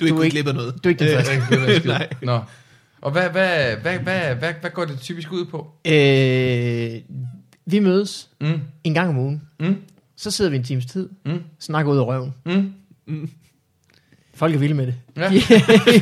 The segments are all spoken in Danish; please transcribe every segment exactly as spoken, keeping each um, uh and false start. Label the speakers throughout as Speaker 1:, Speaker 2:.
Speaker 1: ikke
Speaker 2: du
Speaker 1: gået glip af noget.
Speaker 2: Du er ikke den første.
Speaker 3: Nej. Nå. Og hvad, hvad, hvad, hvad, hvad, hvad går det typisk ud på?
Speaker 2: Øh, vi mødes
Speaker 3: Mm.
Speaker 2: en gang om ugen.
Speaker 3: Mm.
Speaker 2: Så sidder vi en times tid,
Speaker 3: Mm.
Speaker 2: snakker ud af røven.
Speaker 3: Mm.
Speaker 1: Mm.
Speaker 2: Folk er vilde med det.
Speaker 3: Ja.
Speaker 2: De,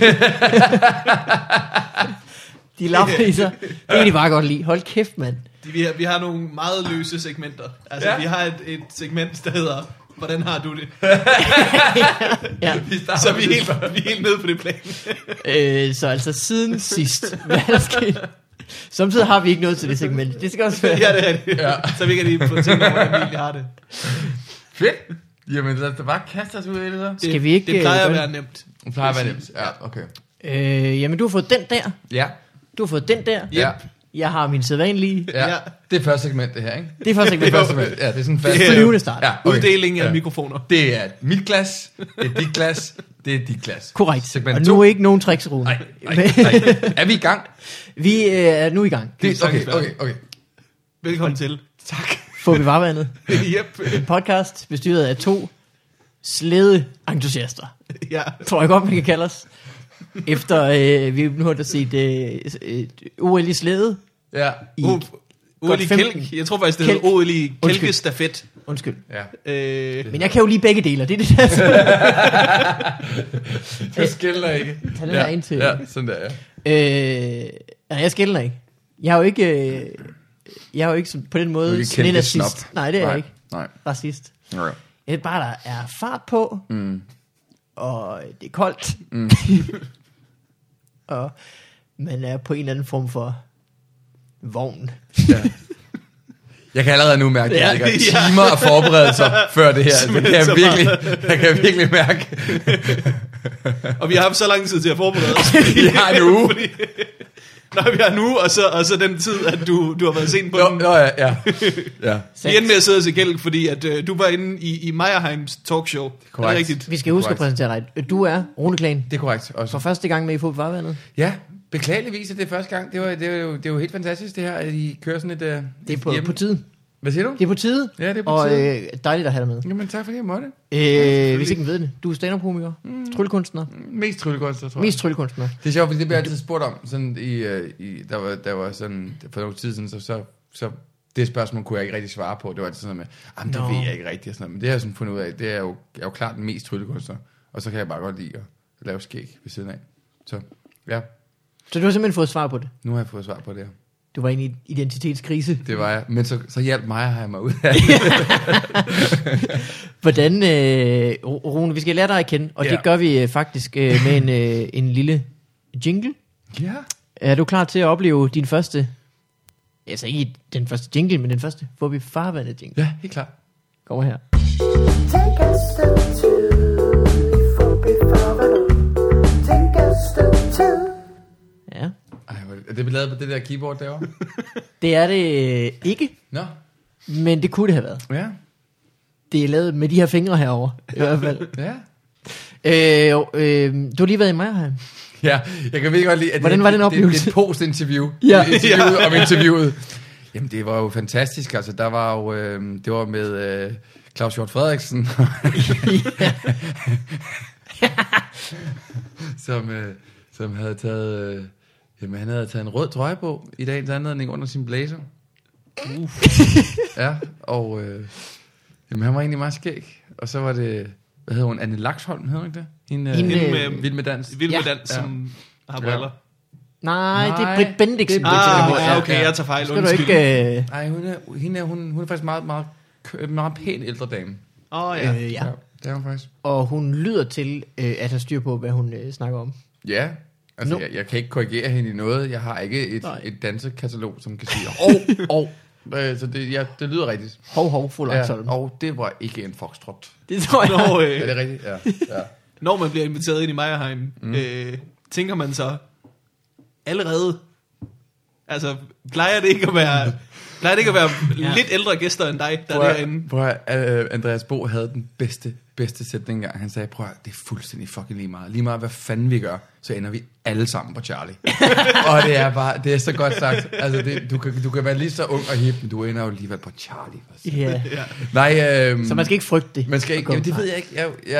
Speaker 2: de lapper i sig. Det kan de bare godt lide. Hold kæft, mand.
Speaker 1: De, vi, har, vi har nogle meget løse segmenter. Altså,
Speaker 3: Ja.
Speaker 1: vi har et, et segment, der hedder, hvordan har du det?
Speaker 2: Ja.
Speaker 1: Så vi er helt, vi er helt nede på det plan.
Speaker 2: Øh, så altså siden sidst, hvad er der sket? Samtidig har vi ikke noget til det segment. Det skal også være.
Speaker 1: Ja, det er det. Ja. Så vi kan lige få tænkt over, hvordan vi egentlig har det.
Speaker 3: Fedt. Jamen, lad os da bare kaste os ud i det der.
Speaker 2: Skal vi ikke,
Speaker 1: Det plejer at
Speaker 2: øh,
Speaker 1: være nemt.
Speaker 3: Det plejer at være nemt. Ja, okay.
Speaker 2: Øh, jamen, du har fået den der.
Speaker 3: Ja.
Speaker 2: Du har fået den der.
Speaker 3: Ja.
Speaker 2: Jeg har min sædvanlige.
Speaker 3: Ja.
Speaker 1: Ja.
Speaker 3: Det er første segment, det her, ikke?
Speaker 2: Det er første segment.
Speaker 3: Det er første segment. Ja, det er sådan en fast.
Speaker 1: Det er-
Speaker 2: Flyvende start.
Speaker 3: Ja, okay.
Speaker 1: Uddeling af
Speaker 3: Ja.
Speaker 1: mikrofoner.
Speaker 3: Det er mit glas, det er dit glas, det er dit glas.
Speaker 2: Korrekt.
Speaker 3: Segment
Speaker 2: Og
Speaker 3: to.
Speaker 2: nu er ikke nogen tricks, Rune.
Speaker 3: Nej, nej, nej. Er vi i gang?
Speaker 2: Vi øh, er nu i gang.
Speaker 3: Det, okay, okay, okay.
Speaker 1: Velkommen til.
Speaker 3: Tak.
Speaker 2: Får vi varvandet.
Speaker 1: Yep.
Speaker 2: En podcast bestyret af to slæde entusiaster.
Speaker 1: Ja.
Speaker 2: Tror jeg godt, man kan kalde os. Efter øh, vi nu har da set øh, øh, O L i slæde.
Speaker 3: Ja.
Speaker 2: I,
Speaker 1: O L i
Speaker 2: femten.
Speaker 1: kælk. Jeg tror faktisk, det
Speaker 2: Kælk.
Speaker 1: hedder O L i
Speaker 2: Undskyld.
Speaker 1: kælkestafet.
Speaker 2: Undskyld.
Speaker 3: Ja.
Speaker 1: Øh,
Speaker 2: Men jeg kan jo lige begge dele, det er det der.
Speaker 3: Du skiller ikke.
Speaker 2: Tag den her ind til.
Speaker 3: Ja, sådan der, ja.
Speaker 2: Øh, nej, jeg skælder ikke. Jeg har jo ikke, øh, jeg har jo ikke sådan, på den
Speaker 3: Du er
Speaker 2: måde
Speaker 3: ikke
Speaker 2: sådan en
Speaker 3: kælkesnop.
Speaker 2: racist. Nej, det er
Speaker 3: Nej,
Speaker 2: jeg ikke.
Speaker 3: Nej.
Speaker 2: Racist.
Speaker 3: Okay.
Speaker 2: Jeg er bare, der er fart på,
Speaker 3: Mm.
Speaker 2: og det er koldt.
Speaker 3: Mm.
Speaker 2: Og man er på en eller anden form for vogn.
Speaker 3: Ja. Jeg kan allerede nu mærke, at
Speaker 2: Ja.
Speaker 3: jeg ligger timer af forberedelser før det her. Det kan jeg
Speaker 1: så
Speaker 3: virkelig, jeg kan virkelig mærke.
Speaker 1: og vi har haft så lang tid til at forberede os.
Speaker 3: Vi har en uge.
Speaker 1: Fordi, nej, vi har nu, og så, og så den tid, at du, du har været sent på
Speaker 3: Jo,
Speaker 1: den.
Speaker 3: jo, ja, ja. ja.
Speaker 1: Vi endte med at sidde os i kælk, fordi at, øh, du var inde i, i Meyerheims talkshow. Er det
Speaker 3: Korrekt.
Speaker 1: rigtigt?
Speaker 2: Vi skal huske at
Speaker 3: Korrekt.
Speaker 2: præsentere dig. Du er Rune Klan.
Speaker 3: Det er korrekt. Også.
Speaker 2: For første gang med i Fodboldvarvandet.
Speaker 3: Ja, beklageligvis, at det er første gang. Det, var, det, er jo, det er jo helt fantastisk, det her, at I kører sådan et... Uh,
Speaker 2: Det er på, på tide.
Speaker 3: Hvad siger du?
Speaker 2: Det er på tide.
Speaker 3: Ja, det er på
Speaker 2: Og
Speaker 3: tide.
Speaker 2: øh, dejligt at have dig med.
Speaker 3: Jamen, tak fordi jeg måtte.
Speaker 2: Øh, hvis ikke man ved det. Du er stand-up-komiker. Mm. Tryllekunstner.
Speaker 3: Mest tryllekunstner, tror jeg.
Speaker 2: Mest tryllekunstner.
Speaker 3: Det er sjovt, fordi det bliver altid spurgt om, sådan i, øh, i der, var, der var sådan, for nogle tid siden, så, så, så det spørgsmål kunne jeg ikke rigtig svare på. Det var altid sådan noget med, jamen det
Speaker 2: Nå.
Speaker 3: ved jeg ikke rigtigt. Og sådan noget. Men det har jeg sådan fundet ud af, det er jo, jeg er jo klart den mest tryllekunstner. Og så kan jeg bare godt lide at lave skæg ved siden af. Så ja,
Speaker 2: Så du har simpelthen fået svar på det.
Speaker 3: nu har jeg fået svar på det her.
Speaker 2: Du var inde i identitetskrise.
Speaker 3: Det var jeg. Men så, så hjalp mig at have mig ud af
Speaker 2: Hvordan, øh, Rune, vi skal lære dig at kende, og
Speaker 3: Ja.
Speaker 2: det gør vi øh, faktisk øh, med en, øh, en lille jingle.
Speaker 3: Ja.
Speaker 2: Er du klar til at opleve din første, altså ikke den første jingle, men den første Forbi Farvandet jingle?
Speaker 3: Ja, helt klart.
Speaker 2: Kommer her.
Speaker 4: Take a step two before before Take a step two.
Speaker 2: Ja,
Speaker 3: Ej, er det lavet på det der keyboard derovre?
Speaker 2: det er det øh, ikke,
Speaker 3: Nå,
Speaker 2: men det kunne det have været.
Speaker 3: ja.
Speaker 2: Det er lavet med de her fingre herover i hvert fald.
Speaker 3: Ja.
Speaker 2: Øh, øh, du har lige været i Meyerheim.
Speaker 3: Ja, jeg kan virkelig godt lide, at
Speaker 2: Hvordan
Speaker 3: det,
Speaker 2: var den
Speaker 3: det,
Speaker 2: oplevelse?
Speaker 3: det, det er et post-interview.
Speaker 2: Ja.
Speaker 3: Interviewet om interviewet. Jamen, det var jo fantastisk. Altså, der var jo, øh, det var med øh, Claus Hjort Frederiksen, som, øh, som havde taget, øh, jamen, han havde taget en rød trøje på i dagens anledning under sin blazer. Uh. Ja, og øh, jamen, han var egentlig meget skæg. Og så var det, hvad hedder hun, Anne Laksholm, hedder hun ikke det? Hende,
Speaker 2: Hende,
Speaker 3: Hende,
Speaker 2: øh,
Speaker 3: med, Vild med dans.
Speaker 1: Vild med
Speaker 2: Ja.
Speaker 1: dans, som har briller.
Speaker 2: Nej, det er
Speaker 3: Nej,
Speaker 2: Britt Bendiksen.
Speaker 3: det er Britt
Speaker 2: du tænker
Speaker 1: Ah,
Speaker 2: på.
Speaker 1: ja,
Speaker 3: ja,
Speaker 1: okay,
Speaker 3: ja.
Speaker 1: jeg tager fejl.
Speaker 2: Skal du
Speaker 1: Undskyld.
Speaker 2: ikke... Øh,
Speaker 3: Nej, hun er, hende er, hun, hun er faktisk meget, meget, kø- meget pæn ældre dame.
Speaker 1: Åh, oh, ja.
Speaker 2: øh, ja.
Speaker 3: Det er hun faktisk.
Speaker 2: Og hun lyder til øh, at have styr på, hvad hun øh, snakker om.
Speaker 3: Ja, altså
Speaker 2: Nu-
Speaker 3: jeg, jeg kan ikke korrigere hende i noget. Jeg har ikke et,
Speaker 2: Nej.
Speaker 3: et dansekatalog, som kan sige, åh, åh. Øh, Så det, ja, det lyder rigtigt.
Speaker 2: Hov, hov, fuld
Speaker 3: Ja,
Speaker 2: Axholm.
Speaker 3: og det var ikke en foxtrot.
Speaker 2: Det tror jeg.
Speaker 1: Når,
Speaker 3: Er
Speaker 1: øh,
Speaker 3: det rigtigt? Ja. ja.
Speaker 1: når man bliver inviteret ind i Meyerheim, mm. øh, tænker man så allerede, altså plejer det ikke at være, plejer det ikke at være
Speaker 2: Ja.
Speaker 1: lidt ældre gæster end dig, der
Speaker 3: Prøv
Speaker 1: er
Speaker 3: at,
Speaker 1: derinde?
Speaker 3: prøv at, uh, Andreas Bo havde den bedste, bedste sætning engang. Han sagde, prøv at, det er fuldstændig fucking lige meget. Lige meget hvad fanden vi gør, så ender vi alle sammen på Charlie. Og det er bare, det er så godt sagt. Altså, det, du, kan, du kan være lige så ung og hip, men du ender jo alligevel på Charlie.
Speaker 2: Ja.
Speaker 3: Nej, øhm,
Speaker 2: Så man skal ikke frygte det.
Speaker 3: Man skal
Speaker 2: at
Speaker 3: ikke,
Speaker 2: komme
Speaker 3: jamen, det
Speaker 2: fra.
Speaker 3: ved jeg ikke. Jeg, jeg,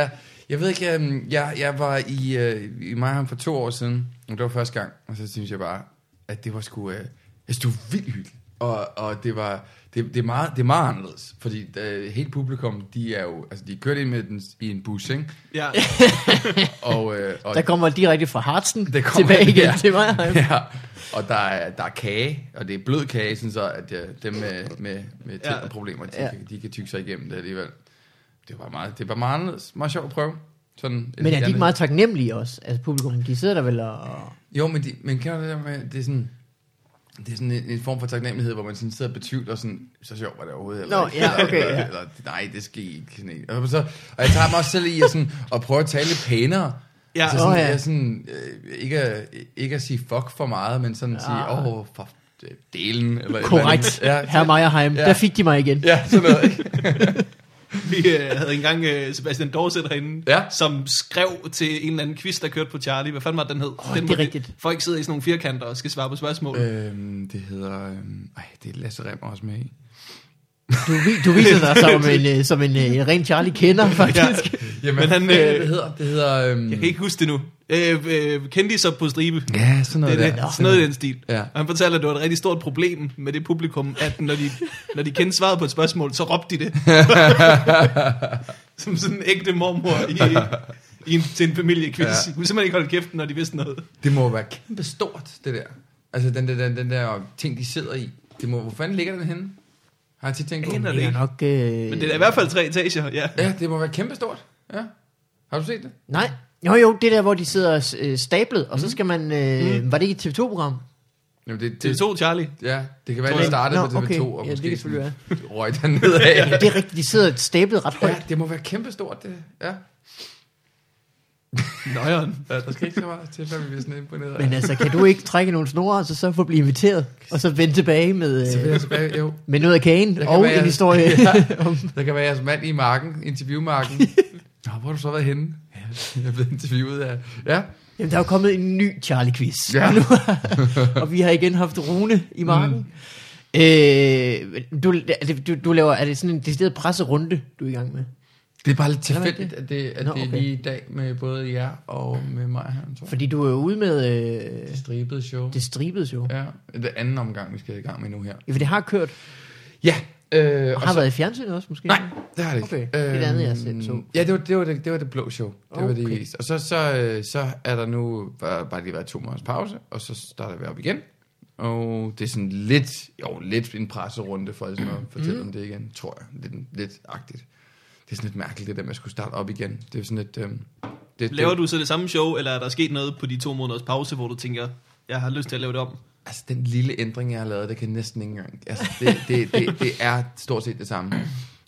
Speaker 3: Jeg ved ikke, um, jeg, jeg var i, uh, i Meyerheim for to år siden, og det var første gang, og så synes jeg bare, at det var sgu, uh, jeg synes, det var vildt hyggeligt. Og, og det var, det, det, er meget, det er meget anderledes, fordi uh, helt publikum, de er jo, altså de er kørt ind med den i en bus, ikke?
Speaker 1: Ja.
Speaker 3: og, uh, og
Speaker 2: Der kommer direkte fra Hartsen
Speaker 3: det kommer,
Speaker 2: tilbage igen
Speaker 3: ja,
Speaker 2: til mig.
Speaker 3: ja, og der er, der er kage, og det er blød kage, sådan så at uh, dem med, med, med
Speaker 1: Ja.
Speaker 3: tænderproblemer, de,
Speaker 2: Ja.
Speaker 3: kan, de kan tykke sig igennem det alligevel. Det var meget, det var meget anderledes, meget sjovt at prøve. Sådan
Speaker 2: Men er de ikke meget taknemmelige også? Altså publikum, de sidder der vel og...
Speaker 3: Jo, men, de, men kender det der med, det er sådan, det er sådan en, en form for taknemmelighed, hvor man sådan sidder og betvivler sådan, så sjovt var det overhovedet. Eller,
Speaker 2: Nå, ja, okay, ja.
Speaker 3: Eller, nej, det skal I ikke. Sådan en. Og, så, og jeg tager mig også selv i at, sådan, at prøve at tale lidt pænere.
Speaker 1: Ja.
Speaker 3: Så sådan,
Speaker 2: Åh, ja.
Speaker 3: jeg sådan, øh, ikke, at, ikke at sige fuck for meget, men sådan at sige,
Speaker 2: Ah.
Speaker 3: åh, oh, for øh, delen. Eller et eller
Speaker 2: Korrekt.
Speaker 3: andet. Ja,
Speaker 2: Herr Meyerheim,
Speaker 3: Ja.
Speaker 2: der fik de mig igen.
Speaker 3: ja, sådan noget, ikke?
Speaker 1: Vi øh, havde engang øh, Sebastian Dorset herinde,
Speaker 3: Ja.
Speaker 1: som skrev til en eller anden quiz, der kørte på Charlie. Hvad fanden var den hed?
Speaker 2: Åh,
Speaker 1: den,
Speaker 2: det er
Speaker 1: hvor
Speaker 2: rigtigt.
Speaker 1: De, folk sidder i sådan nogle firkanter og skal svare på spørgsmål.
Speaker 3: øhm, det hedder, øhm, ej, det er Lasse Remmer også med i.
Speaker 2: Du, vi- du viser dig som en, øh, som en, øh, en ren Charlie kender, faktisk.
Speaker 3: Jamen,
Speaker 1: Men han,
Speaker 3: hvad
Speaker 1: øh,
Speaker 3: det hedder, det hedder, øhm,
Speaker 1: Jeg kan ikke huske det nu. Øh, øh, Kendisser på stribe.
Speaker 3: ja, sådan
Speaker 1: Det
Speaker 3: noget
Speaker 1: er det.
Speaker 3: der.
Speaker 1: Sådan noget i den stil.
Speaker 3: Ja.
Speaker 1: Og han fortalte, at det var et rigtig stort problem med det publikum, at når de, når de kendte svaret på et spørgsmål, så råbte de det. Som sådan en ægte mormor i, i en, til en familiequiz.
Speaker 3: Ja.
Speaker 1: De kunne simpelthen ikke holde kæft, når de vidste noget.
Speaker 3: Det må være kæmpe stort, det der. Altså den der, den, den der ting, de sidder i. Det må, hvor fanden ligger den henne? Har jeg tit tænkt på?
Speaker 1: Aner
Speaker 2: Det er nok... Øh...
Speaker 1: Men det er i hvert fald tre etager, ja.
Speaker 3: Ja, det må være kæmpe stort. Ja. Har du set det?
Speaker 2: Nej. Jo, jo, det der, hvor de sidder øh, stablet, og så skal man... Øh,
Speaker 1: Mm.
Speaker 2: Var det ikke et T V to-program?
Speaker 3: Jamen, det,
Speaker 1: T V to Charlie.
Speaker 3: Ja, det kan være,
Speaker 1: Tror
Speaker 3: det
Speaker 1: jeg.
Speaker 3: startede
Speaker 2: Nå,
Speaker 3: på T V to,
Speaker 2: okay.
Speaker 3: og
Speaker 2: Ja, det kan
Speaker 3: måske
Speaker 2: selvfølgelig
Speaker 3: sådan røg der nedad.
Speaker 2: Ja, det er rigtigt, de sidder stablet ret højt.
Speaker 3: Ja, det må være kæmpe stort, det. Ja.
Speaker 1: Nøjeren.
Speaker 3: Ja, der skal ikke så meget til, før vi bliver sådan imponeret.
Speaker 2: Men altså, kan du ikke trække nogle snore, og så sørge for at blive inviteret, og så vende tilbage med,
Speaker 3: Så vil
Speaker 2: øh,
Speaker 3: jeg tilbage, jo.
Speaker 2: med noget af kagen,
Speaker 3: kan
Speaker 2: og
Speaker 3: være-
Speaker 2: en historie
Speaker 3: Ja.
Speaker 2: om...
Speaker 3: Der kan være jeres mand i marken, interviewmarken. Nå, hvor har du så været henne? Jeg er blevet interviewet af... Ja.
Speaker 2: Jamen, der er jo kommet en ny Charlie-quiz.
Speaker 3: Ja.
Speaker 2: Nu, og vi har igen haft Rune i marken. Mm. Øh, du, du, du laver, er det sådan en decideret presserunde, du er i gang med?
Speaker 3: Det er bare lidt
Speaker 2: Er det
Speaker 3: tilfældigt, at det, at
Speaker 2: Nå,
Speaker 3: det er
Speaker 2: okay.
Speaker 3: lige i dag med både jer og med mig her, tror jeg.
Speaker 2: Fordi du er jo ude med øh,
Speaker 3: Det stribede show.
Speaker 2: det stribede show. Ja.
Speaker 3: Ja, det anden omgang, vi skal i gang med nu her.
Speaker 2: Ja, for det har kørt,
Speaker 3: Ja. Øh,
Speaker 2: og har været i fjernsynet også måske?
Speaker 3: Nej, det har det ikke.
Speaker 2: Okay, det er det andet, jeg selv så.
Speaker 3: Ja, det var det, var det, det, var det blå show. Det var det,
Speaker 2: Okay.
Speaker 3: I viste. Og så, så, øh, så er der nu bare, bare lige været to måneders pause, og så starter vi op igen. Og det er sådan lidt, jo, lidt en presserunde for ligesom at fortælle
Speaker 2: Mm.
Speaker 3: om det igen, tror jeg. Lidt, lidt agtigt. Det er sådan lidt mærkeligt, det der med at skulle starte op igen. Det er sådan lidt... Øh, det,
Speaker 1: Laver
Speaker 3: det,
Speaker 1: du så det samme show, eller er der sket noget på de to måneders pause, hvor du tænker, jeg har lyst til at lave det om?
Speaker 3: Altså, den lille ændring, jeg har lavet, det kan næsten ikke engang... Altså, det, det, det, det er stort set det samme.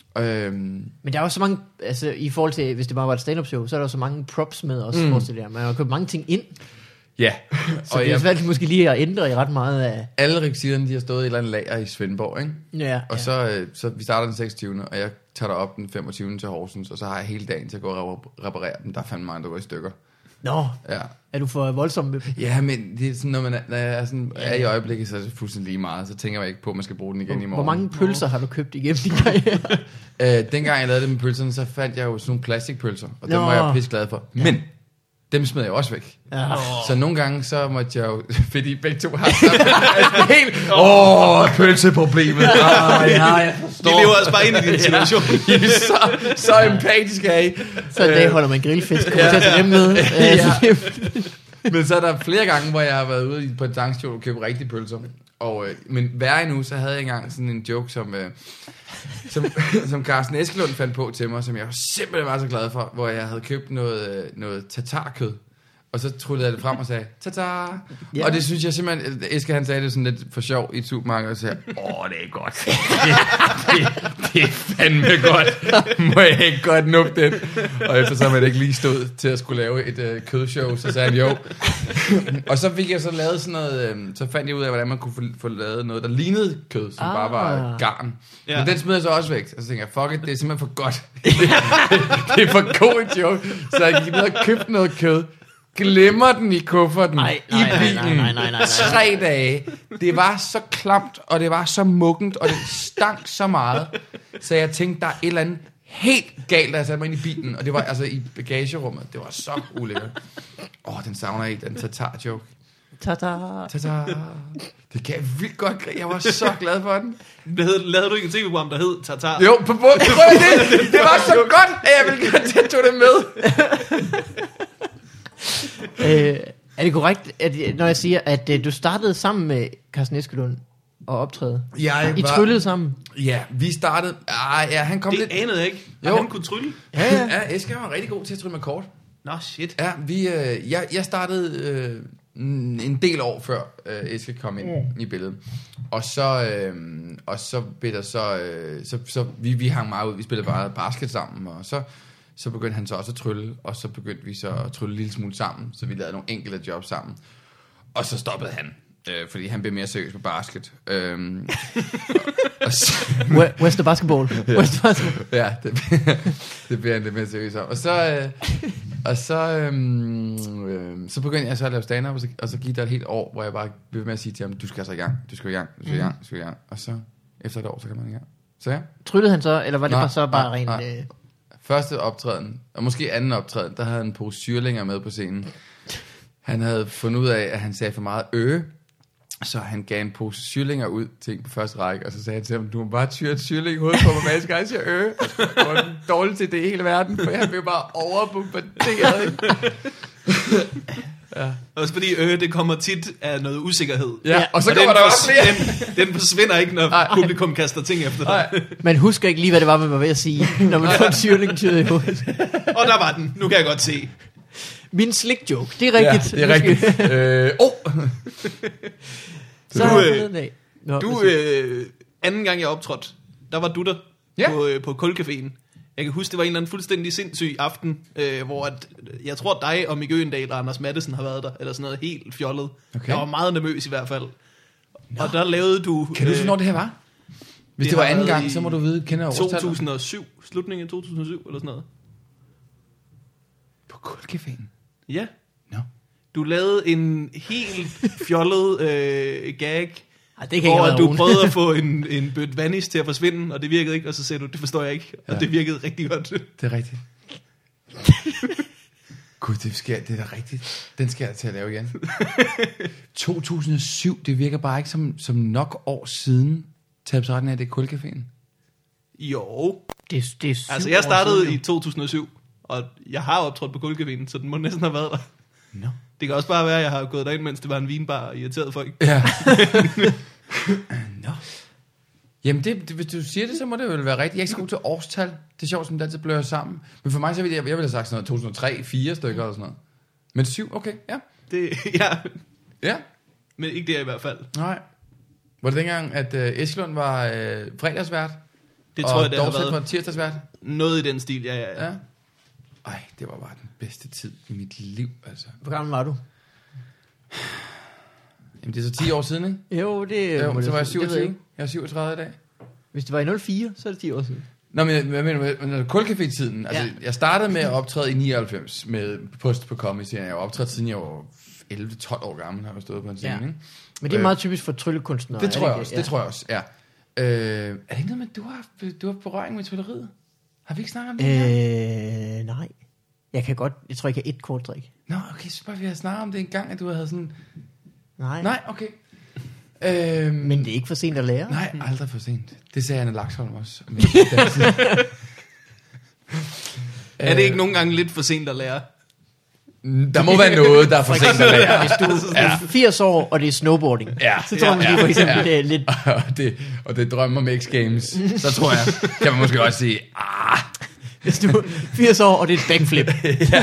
Speaker 3: Øhm,
Speaker 2: Men der er jo så mange, altså i forhold til, hvis det bare var et stand-up show, så er der jo så mange props med også,
Speaker 3: Mm.
Speaker 2: mm. forestiller jeg. Man har købt mange ting ind,
Speaker 3: ja.
Speaker 2: så det er
Speaker 3: jeg,
Speaker 2: svært måske lige at ændre i ret meget af...
Speaker 3: alle reksiderne, de har stået i et eller andet lager i Svendborg, ikke?
Speaker 2: Ja,
Speaker 3: Og
Speaker 2: ja.
Speaker 3: så, øh, så vi starter den seksogtyvende, og jeg tager op den femogtyvende til Horsens, og så har jeg hele dagen til at gå og rep- reparere dem. Der er fandme mange, der går i stykker.
Speaker 2: Nå,
Speaker 3: Ja,
Speaker 2: er du for voldsom med dem?
Speaker 3: ja men det er sådan, når man er, når jeg er, sådan, er i øjeblikket, så er det fuldstændig lige meget. Så tænker jeg ikke på, at man skal bruge den igen i morgen.
Speaker 2: Hvor mange pølser har du købt igennem din karriere?
Speaker 3: Øh, dengang jeg lavede det med pølserne, så fandt jeg jo sådan nogle plastikpølser, og dem
Speaker 2: Nå.
Speaker 3: var jeg pisse glad for. Men dem smed jeg også væk.
Speaker 2: Ja.
Speaker 3: Så nogle gange, så måtte jeg jo, fordi begge to har altså, helt, åh, pølseproblemet. Ah, ja, jeg
Speaker 1: Vi
Speaker 3: forstår.
Speaker 1: lever også bare ind i din situation.
Speaker 3: I er så, så empatiske er I.
Speaker 2: Så en dag holder man grillfest, kommer til at tage dem med.
Speaker 3: Ja. Men så er der flere gange, hvor jeg har været ude på en tankstation og købt rigtige pølser. Og, øh, men værre endnu, så havde jeg engang sådan en joke, som, øh, som, som Carsten Eskelund fandt på til mig, som jeg simpelthen var så glad for, hvor jeg havde købt noget, øh, noget tatarkød. Og så trullede jeg det frem og sagde, tatar.
Speaker 2: Ja.
Speaker 3: Og det synes jeg simpelthen, Eske han sagde det sådan lidt for sjov i et supermarked, og så sagde jeg, åh, det er godt. Det, det, det er fandme godt. Må jeg ikke godt nuppe den? Og eftersom jeg ikke lige stod til at skulle lave et øh, kødshow, så sagde han jo. Og så fik jeg så lavet sådan noget, øh, så fandt jeg ud af, hvordan man kunne få, få lavet noget, der lignede kød, som ah. bare var garn.
Speaker 1: Ja.
Speaker 3: Men den smed jeg så også væk. Og så tænkte jeg, fuck it, det er simpelthen for godt. det, det er for god en joke. Så jeg gik ned og købte noget kød. Glemmer den i kufferten
Speaker 2: Nej,
Speaker 3: i
Speaker 2: nej, nej,
Speaker 3: bilen
Speaker 2: nej, nej, nej, nej.
Speaker 3: tre dage. Det var så klamt, og det var så muggent, og det stank så meget. Så jeg tænkte, der er et eller andet helt galt, da jeg satte mig ind i bilen, og det var altså i bagagerummet. Det var så ulækkert. Åh, oh, den savner jeg, den tatar-joke.
Speaker 2: Ta-ta.
Speaker 3: Tata. Det kan jeg vildt godt grine. Jeg var så glad for den.
Speaker 1: Det hed, lavede du ikke et tv-program, der hed Tatar?
Speaker 3: Jo, på bunden. Det, det var så godt, at jeg ville gerne tage det med.
Speaker 2: øh, er det korrekt, at, når jeg siger, at øh, du startede sammen med Carsten Eskelund og optræde?
Speaker 3: Jeg
Speaker 2: I
Speaker 3: var-
Speaker 2: tryllede sammen?
Speaker 3: Ja, vi startede... Ah, ja, han kom
Speaker 1: Det
Speaker 3: lidt...
Speaker 1: anede jeg ikke.
Speaker 3: Jo.
Speaker 1: Og han kunne trylle.
Speaker 2: Ja, ja.
Speaker 3: Ja, Eske var rigtig god til at trylle med kort.
Speaker 1: Nå, shit.
Speaker 3: Ja, vi, øh, jeg, jeg startede øh, en del år før øh, Eske kom ind mm. i billedet. Og så, øh, og så blev der så... Øh, så, så vi, vi hang meget ud. Vi spillede bare basket sammen, og så... Så begyndte han så også at trylle, og så begyndte vi så at trylle en lille smule sammen, så vi lavede nogle enkelte jobs sammen. Og så stoppede han, øh, fordi han blev mere seriøs på basket. Øhm, og, og så,
Speaker 2: We- Wester Basketball. Wester Basketball.
Speaker 3: ja, det, det bliver han lidt mere seriøs om. Og så, øh, og så, øhm, øh, så begyndte jeg så at lave stand-up, og så, og så gik der et helt år, hvor jeg bare blev med at sige til ham, du skal altså i gang, du skal i gang, du skal i gang, du skal i gang. Og så efter et år, så kan man i gang. Så ja.
Speaker 2: Tryllede han så, eller var det
Speaker 3: Nej,
Speaker 2: bare så bare
Speaker 3: nej,
Speaker 2: rent...
Speaker 3: nej.
Speaker 2: Øh,
Speaker 3: Første optræden, og måske anden optræden, der havde han en pose syrlinger med på scenen. Han havde fundet ud af, at han sagde for meget øge, så han gav en pose syrlinger ud til en på første række, og så sagde han til ham, du må bare tyre et syrling i hovedet på mig, hver gang jeg siger øge. Det var den dårligste idé i hele verden, for han blev bare overbombarderet. Ja.
Speaker 1: Også fordi øh, det kommer tit af noget usikkerhed.
Speaker 3: Ja, og så
Speaker 1: og
Speaker 3: kommer
Speaker 1: den
Speaker 3: der også
Speaker 1: fors-
Speaker 3: flere.
Speaker 1: Den, den forsvinder ikke, når
Speaker 3: Nej.
Speaker 1: publikum kaster ting efter dig.
Speaker 3: Nej.
Speaker 2: man husker ikke lige, hvad det var, man var ved at sige, når man får en syrling i hovedet.
Speaker 1: Og der var den. Nu kan jeg godt se.
Speaker 2: Min slick joke, det er rigtigt.
Speaker 3: Ja, det er rigtigt. øh, oh.
Speaker 2: Så
Speaker 1: Du,
Speaker 2: har jeg
Speaker 1: øh,
Speaker 2: fundet den af. Nå,
Speaker 1: Du,
Speaker 2: hvad siger
Speaker 1: øh, anden gang jeg optrådte, der var du der
Speaker 3: Ja.
Speaker 1: på, øh, på Kulcaféen. Jeg kan huske, det var en eller anden fuldstændig sindssyg aften, øh, hvor at, jeg tror dig og Mikke Øgendal og Anders Mattesen har været der, eller sådan noget helt fjollet.
Speaker 3: Okay.
Speaker 1: Jeg var meget nervøs i hvert fald. Nå. Og der lavede du...
Speaker 3: Kan du huske, hvornår det her var? Hvis det, det var
Speaker 1: har
Speaker 3: anden
Speaker 1: været
Speaker 3: gang,
Speaker 1: i
Speaker 3: så må du vide, kender jeg
Speaker 1: to
Speaker 3: årstallet?
Speaker 1: tusind og syv, slutningen af to tusind og syv, eller sådan noget.
Speaker 3: På Kulcaféen?
Speaker 1: Ja.
Speaker 3: Nå.
Speaker 1: Du lavede en helt fjollet øh, gag,
Speaker 2: Ej, det kan ikke
Speaker 1: hvor
Speaker 2: have
Speaker 1: at
Speaker 2: været
Speaker 1: du
Speaker 2: Rune.
Speaker 1: prøvede at få en, en bøtte vandis til at forsvinde, og det virkede ikke, og så sagde du, det forstår jeg ikke, og
Speaker 3: Ja.
Speaker 1: det virkede rigtig godt.
Speaker 3: Det er rigtigt. Gud, det, skal, det er da rigtigt. Den skal jeg til at lave igen. to tusind og syv, det virker bare ikke som, som nok år siden, tabsretten af det er Kulcaféen.
Speaker 1: Jo.
Speaker 2: Det, er- det er syv
Speaker 1: Altså, jeg
Speaker 2: år
Speaker 1: startede
Speaker 2: siden,
Speaker 1: i
Speaker 2: jo.
Speaker 1: to tusind og syv, og jeg har optrådt på Kulcaféen, så den må næsten have været der.
Speaker 3: Nå.
Speaker 1: Det kan også bare være, at jeg har gået derind, mens det var en vinbar og irriteret folk.
Speaker 3: Ja. Nå. Jamen, det, det, hvis du siger det, så må det jo være rigtigt. Jeg er ikke så god til årstal. Det er sjovt, som det altid blører sammen. Men for mig, så vil jeg, jeg ville have sagt sådan noget to tusind og tre, fire stykker eller sådan noget. Men syv, okay, ja.
Speaker 1: Det, ja,
Speaker 3: Ja,
Speaker 1: men ikke det i hvert fald.
Speaker 3: nej. Var det dengang, at uh, Eskelund var uh, fredagsvært?
Speaker 1: Det
Speaker 3: og
Speaker 1: tror jeg, det har
Speaker 3: Dorset
Speaker 1: været
Speaker 3: var tirsdagsvært?
Speaker 1: noget i den stil, ja, ja, ja.
Speaker 3: Ja. Ej, det var bare den bedste tid i mit liv, altså.
Speaker 2: Hvor gammel var du?
Speaker 3: Jamen, det er så ti år siden, ikke?
Speaker 2: Jo, det
Speaker 3: Jo,
Speaker 2: må
Speaker 3: så
Speaker 2: det-
Speaker 3: var jeg
Speaker 2: det ved
Speaker 3: syvogtyve.
Speaker 2: ikke.
Speaker 3: Jeg er syvogtredive i dag.
Speaker 2: Hvis det var i nul fire, så er det ti år siden.
Speaker 3: Nå, men hvad mener du med Kulcafé-tiden? Altså,
Speaker 2: Ja.
Speaker 3: jeg startede med at optræde i nioghalvfems med post på Comedy-serien. Jeg har optrådt siden jeg var elleve tolv år gammel, har jeg stået på en scene,
Speaker 2: Ja.
Speaker 3: ikke?
Speaker 2: Men det er
Speaker 3: Øh,
Speaker 2: meget typisk for tryllekunstnere.
Speaker 3: Det
Speaker 2: er
Speaker 3: tror jeg
Speaker 2: ikke?
Speaker 3: også, det tror jeg også, ja. Øh, er det ikke noget med, at du har, du har berøring med trylleriet? Har vi ikke snakket om det her?
Speaker 2: Øh, nej. Jeg kan godt, jeg tror, jeg kan et kort drik.
Speaker 3: Nå, okay, så bare vi har snakket om det en gang, at du havde sådan...
Speaker 2: Nej.
Speaker 3: Nej, okay. Øhm,
Speaker 2: Men det er ikke for sent at lære.
Speaker 3: Nej, aldrig for sent. Det sagde Anna Laksholm også.
Speaker 1: Er det ikke nogen gange lidt for sent at lære?
Speaker 3: Der må være noget, der er for sent at lære.
Speaker 2: Hvis du er firs år, og det er snowboarding,
Speaker 3: Ja,
Speaker 2: så tror jeg måske for eksempel,
Speaker 3: ja.
Speaker 2: det er lidt...
Speaker 3: og, det, og det drømmer med X Games, så tror jeg, kan man måske også sige, ah,
Speaker 2: Hvis du er firs år, og det er et backflip.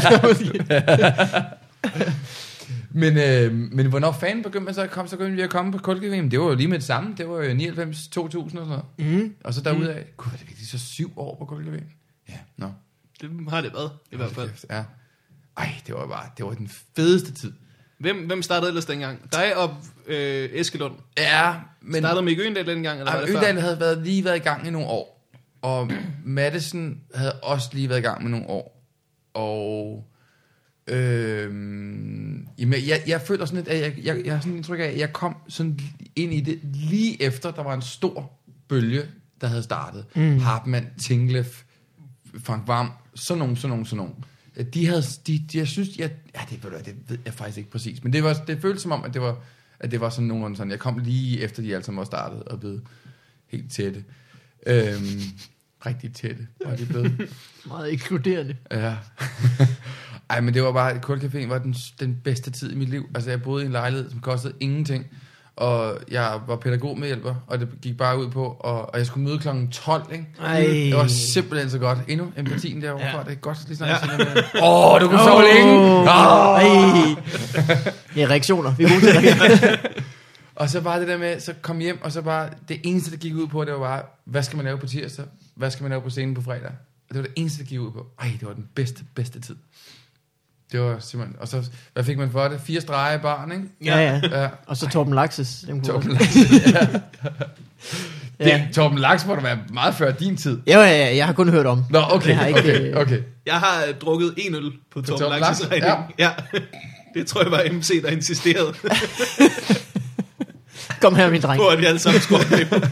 Speaker 3: men, øh, men hvornår fanden begyndte man så at komme, så begyndte vi at komme på Kulcaféen? Det var jo lige med det samme, det var jo nioghalvfems to tusind og sådan noget.
Speaker 2: Mm.
Speaker 3: Og så derudaf, mm. gud, var det virkelig så syv år på Kulcaféen? Ja, nå.
Speaker 1: Det har det været, i hvert fald.
Speaker 3: Ja. Ej, det var bare, det var den fedeste tid.
Speaker 1: Hvem, hvem startede ellers dengang? Dig og øh, Eskelund.
Speaker 3: Ja, men...
Speaker 1: Startede Mikke Øgendal dengang, eller var det før?
Speaker 3: Øgendal havde været, lige været i gang i nogle år. Og Madison havde også lige været i gang med nogle år. Og... Øhm, jamen, jeg, jeg føler sådan lidt, at jeg, jeg, jeg har sådan indtryk af, at jeg kom sådan ind i det lige efter, der var en stor bølge, der havde startet. Mm. Hartmann, Tinglef, Frank Hvam, sådan nogen, sådan nogen, sådan nogen. De havde, de, de, jeg synes, jeg, ja, det, ved du, det ved jeg faktisk ikke præcis, men det, var, det føltes som om, at det var, at det var sådan nogenlunde sådan, jeg kom lige efter, de alle sammen var startet og blev helt tætte. Øhm, rigtig tætte, var de blevet.
Speaker 2: Meget ekskluderende.
Speaker 3: Ja. Ej, men det var bare, Kulcaféen var den, den bedste tid i mit liv. Altså, jeg boede i en lejlighed, som kostede ingenting. Og jeg var pædagogmedhjælper, og det gik bare ud på, og, og jeg skulle møde klokken tolv, ikke?
Speaker 2: Ej.
Speaker 3: Det var simpelthen så godt. Endnu empatien derovre
Speaker 2: Ja.
Speaker 3: fra, det er godt lige snart. Ja. Åh, oh, du kunne sove længe! Oh.
Speaker 2: Ej. Det er reaktioner, vi er gode til reaktioner.
Speaker 3: Og så bare det der med, så kom hjem, og så bare, det eneste, der gik ud på, det var bare, hvad skal man lave på tirsdag? Hvad skal man lave på scenen på fredag? Og det var det eneste, der gik ud på. Ej, det var den bedste, bedste tid. Det var simpelthen, og så, hvad fik man for det? Fire streger i baren, ikke?
Speaker 2: Ja, ja.
Speaker 3: Ja.
Speaker 2: Og så Torben Laxes. Dem kunne
Speaker 3: Torben
Speaker 2: også-
Speaker 3: Laks, ja.
Speaker 2: Ja.
Speaker 3: Det, Torben Laks må da være meget før din tid.
Speaker 2: Ja, ja, ja, jeg har kun hørt om.
Speaker 3: Nå, okay,
Speaker 2: Jeg har ikke,
Speaker 3: okay,
Speaker 2: øh,
Speaker 3: okay.
Speaker 1: Jeg har øh, drukket en øl på Torben
Speaker 3: Torben
Speaker 1: Laxes
Speaker 3: Laks,
Speaker 1: regning. Ja. ja. Det tror jeg var M C, der insisterede
Speaker 2: Kom her, min dreng.
Speaker 1: på, at vi alle sammen skulle opleve.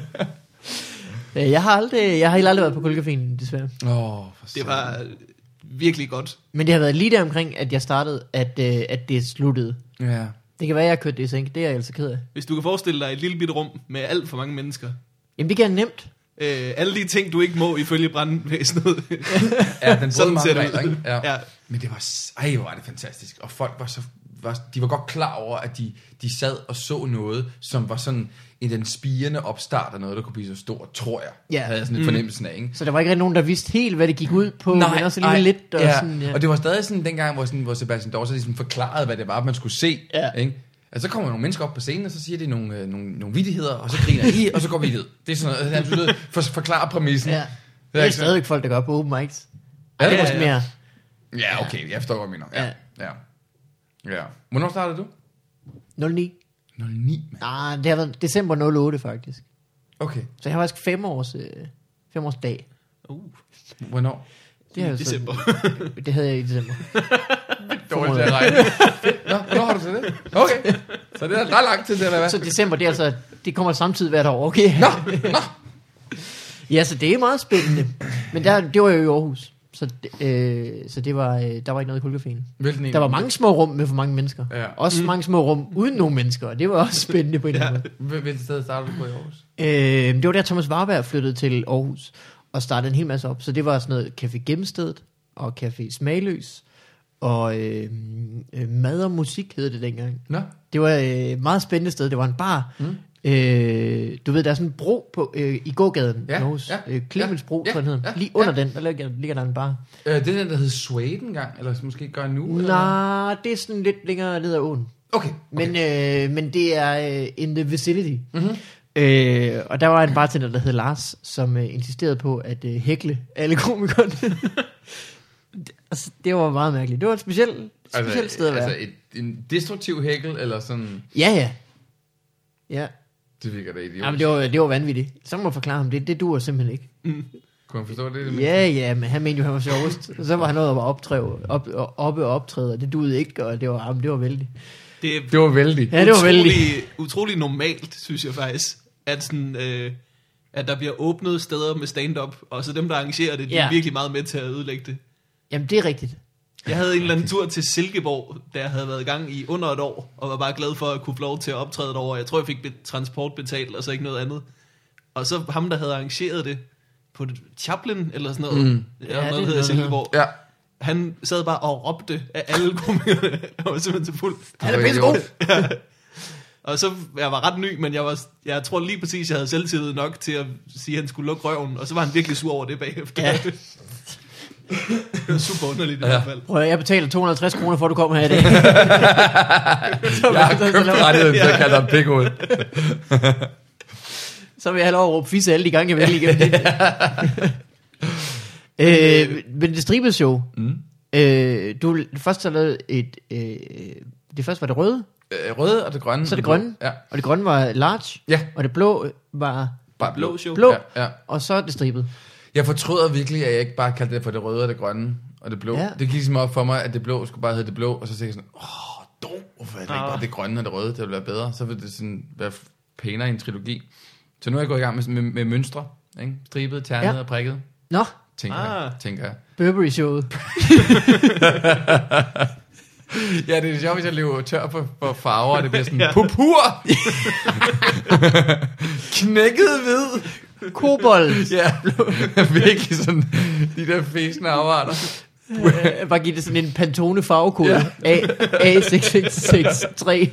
Speaker 2: Øh, Jeg har aldrig, jeg har aldrig været på Kulcaféen, desværre.
Speaker 3: Åh, oh,
Speaker 1: Det var øh, virkelig godt.
Speaker 2: Men det har været lige der omkring, at jeg startede, at, øh, at det sluttede.
Speaker 3: Ja.
Speaker 2: Det kan være, at jeg har kørt det i sænk. Det er jeg altså ked af.
Speaker 1: Hvis du kan forestille dig et lille bitte rum med alt for mange mennesker.
Speaker 2: Jamen, det kan jeg nemt.
Speaker 1: Øh, alle de ting, du ikke må ifølge brandvæsenet.
Speaker 3: Ja, den
Speaker 1: Sådan
Speaker 3: brød
Speaker 1: ser
Speaker 3: mange
Speaker 1: det ud.
Speaker 3: regler, ikke? Ja.
Speaker 1: Ja.
Speaker 3: Men det var, s- ej, hvor var det fantastisk. Og folk var så, var, de var godt klar over, at de, de sad og så noget, som var sådan i den spirende opstart af noget, der kunne blive så stort, tror jeg.
Speaker 2: Ja.
Speaker 3: Havde jeg sådan en fornemmelsen af, ikke?
Speaker 2: Så der var ikke rigtig nogen, der vidste helt, hvad det gik ud på. men også lige
Speaker 3: ej,
Speaker 2: lidt. Og,
Speaker 3: ja.
Speaker 2: sådan, ja.
Speaker 3: Og det var stadig sådan dengang, hvor, sådan, hvor Sebastian Dorser ligesom forklarede, hvad det var, man skulle se.
Speaker 2: Ja.
Speaker 3: Ikke? Altså, så kommer nogle mennesker op på scenen, og så siger de nogle, øh, nogle, nogle vittigheder, og så griner I, og så går vi ned. Det er sådan noget, han du for, forklare præmissen.
Speaker 2: Ja.
Speaker 3: Det
Speaker 2: Det
Speaker 3: er
Speaker 2: er
Speaker 3: ikke sådan-
Speaker 2: stadigvæk folk, der gør på open mics.
Speaker 3: Er
Speaker 2: Det
Speaker 3: det?
Speaker 2: er måske
Speaker 1: Ja, ja.
Speaker 2: mere
Speaker 3: Ja, okay, jeg forstår, hvad du mener. Ja.
Speaker 2: Ja.
Speaker 3: Ja. Ja. Hvornår startede du?
Speaker 2: nul ni.
Speaker 3: nul ni, mand.
Speaker 2: Ah, det har været december nul otte, faktisk.
Speaker 3: Okay.
Speaker 2: Så jeg har faktisk fem års, øh, fem års dag.
Speaker 1: Uh,
Speaker 3: Hvornår?
Speaker 2: Det, har jeg
Speaker 1: december.
Speaker 2: Så, det havde jeg i december.
Speaker 3: Dårligt til at regne. Nå, hvornår har du til det? Okay. Så det er ret lang tid til, eller hvad?
Speaker 2: Så december, det er altså, det kommer samtidig hvert år, okay?
Speaker 3: Nå, nå.
Speaker 2: Ja, så det er meget spændende. Men der, det var jo i Aarhus. Så, øh, så det var, øh, der var ikke noget i Kulcaféen.
Speaker 3: Hvilken en?
Speaker 2: Der var mange små rum med for mange mennesker.
Speaker 3: Ja.
Speaker 2: Også mm. mange små rum uden nogen mennesker. Og det var også spændende på en eller anden måde.
Speaker 3: Hvil- Hvilket sted startede du på i Aarhus?
Speaker 2: Øh, det var der Thomas Warberg flyttede til Aarhus og startede en hel masse op. Så det var sådan noget Café Gennemstedet og Café Smagløs og øh, øh, Mad og Musik hed det dengang.
Speaker 3: Nå.
Speaker 2: Det var et øh, meget spændende sted. Det var en bar.
Speaker 3: Mm.
Speaker 2: Øh, du ved, der er sådan en bro på, øh, i gågaden
Speaker 3: Ja,
Speaker 2: i Aarhus.
Speaker 3: ja,
Speaker 2: øh, Clemens Bro,
Speaker 3: ja,
Speaker 2: tror jeg, den hedder.
Speaker 3: ja,
Speaker 2: Lige under
Speaker 3: ja.
Speaker 2: den, der ligger, ligger der en bar.
Speaker 3: Øh, det er den, der hed Suede engang, eller måske gør nu? eller hvad?
Speaker 2: Nej, det er sådan lidt længere ned ad åen.
Speaker 3: Okay.
Speaker 2: Men, øh, men det er øh, in the vicinity.
Speaker 3: Mm-hmm.
Speaker 2: Øh, og der var en bartender, der hed Lars, som øh, insisterede på at øh, hækle alle komikerne. Det- altså, det var meget mærkeligt. Det var et specielt, specielt
Speaker 3: Altså,
Speaker 2: sted at være.
Speaker 3: altså et, en destruktiv hækkel, eller sådan...
Speaker 2: Ja, ja. Ja,
Speaker 3: Det virker da idiotisk.
Speaker 2: jamen, det, var, det var vanvittigt. Så må jeg forklare ham det. Det duer simpelthen ikke.
Speaker 3: Kunne man forstå det? det
Speaker 2: Ja, ja, men han mente jo, han var sjovest. Og så var han noget, der var optræde, op, oppe og optræde, og det duede ikke, og det var, jamen, det var vældigt.
Speaker 1: Det er
Speaker 3: Det var vældig.
Speaker 2: Ja, det var vældigt.
Speaker 1: utrolig, utrolig normalt, synes jeg faktisk, at, sådan, øh, at der bliver åbnet steder med stand-up, og så dem, der arrangerer det, de
Speaker 2: Ja.
Speaker 1: er virkelig meget med til at ødelægge det.
Speaker 2: Jamen, det er rigtigt.
Speaker 1: Jeg havde en eller anden tur til Silkeborg, der jeg havde været i gang i under et år, og var bare glad for at kunne få lov til at optræde derovre. Jeg tror, jeg fik be- transport betalt, og så ikke noget andet. Og så ham, der havde arrangeret det på det, Chaplin eller sådan noget,
Speaker 3: Mm.
Speaker 1: ja,
Speaker 2: Ja,
Speaker 1: noget,
Speaker 2: det er
Speaker 1: der hedder
Speaker 2: noget,
Speaker 1: Silkeborg.
Speaker 3: Ja.
Speaker 1: Han sad bare og råbte af alle komikerne. Jeg var simpelthen så fuld.
Speaker 2: Han er pisse god.
Speaker 1: Og så, jeg var ret ny, men jeg, var, jeg tror lige præcis, jeg havde selvtillid nok til at sige, at han skulle lukke røven. Og så var han virkelig sur over det bagefter.
Speaker 2: Ja.
Speaker 1: Det var super underligt i
Speaker 3: Ja.
Speaker 1: hvert fald.
Speaker 2: Prøv, at- jeg betaler to hundrede og halvtreds kroner for, at du kommer her i dag. så,
Speaker 3: Jeg har købt rettigheden til at kalde dig pikhoved.
Speaker 2: så vil jeg have lov at råbe fisse alle de gange, jeg vil igennem det. øh, men det stribede show.
Speaker 3: Mm.
Speaker 2: Øh, du først har lavet et... Øh, det første var det røde,
Speaker 3: Øh, røde og det grønne.
Speaker 2: så det grønne,
Speaker 3: Ja.
Speaker 2: og det grønne var large,
Speaker 3: Ja.
Speaker 2: og det blå var
Speaker 3: Bare
Speaker 1: Blå show.
Speaker 2: blå,
Speaker 3: Ja, ja.
Speaker 2: og så det stribede.
Speaker 3: Jeg fortryder virkelig, at jeg ikke bare kaldte det for det røde og det grønne og det blå.
Speaker 2: Ja.
Speaker 3: Det gik ligesom op for mig, at det blå skulle bare hedde det blå, og så tænkte jeg sådan, åh, dog, hvorfor er det ikke
Speaker 1: Ah.
Speaker 3: bare det grønne og det røde, det ville være bedre. Så ville det sådan være pænere i en trilogi. Så nu er jeg gået i gang med, med, med mønstre, ikke? Stribet, ternet
Speaker 2: Ja.
Speaker 3: og prikket.
Speaker 2: Nå,
Speaker 3: tænker,
Speaker 1: Ah.
Speaker 3: jeg, tænker jeg.
Speaker 2: Burberry-showet.
Speaker 3: Ja, det er sjovt, hvis jeg lever tør på, på farver, og det bliver sådan
Speaker 1: Ja.
Speaker 3: purpur. Knækket hvid.
Speaker 2: Kobold.
Speaker 3: Ja, virkelig sådan de der fæsende afarter.
Speaker 2: Øh, bare give det sådan en Pantone farvekode. Ja. A seks seks seks tre.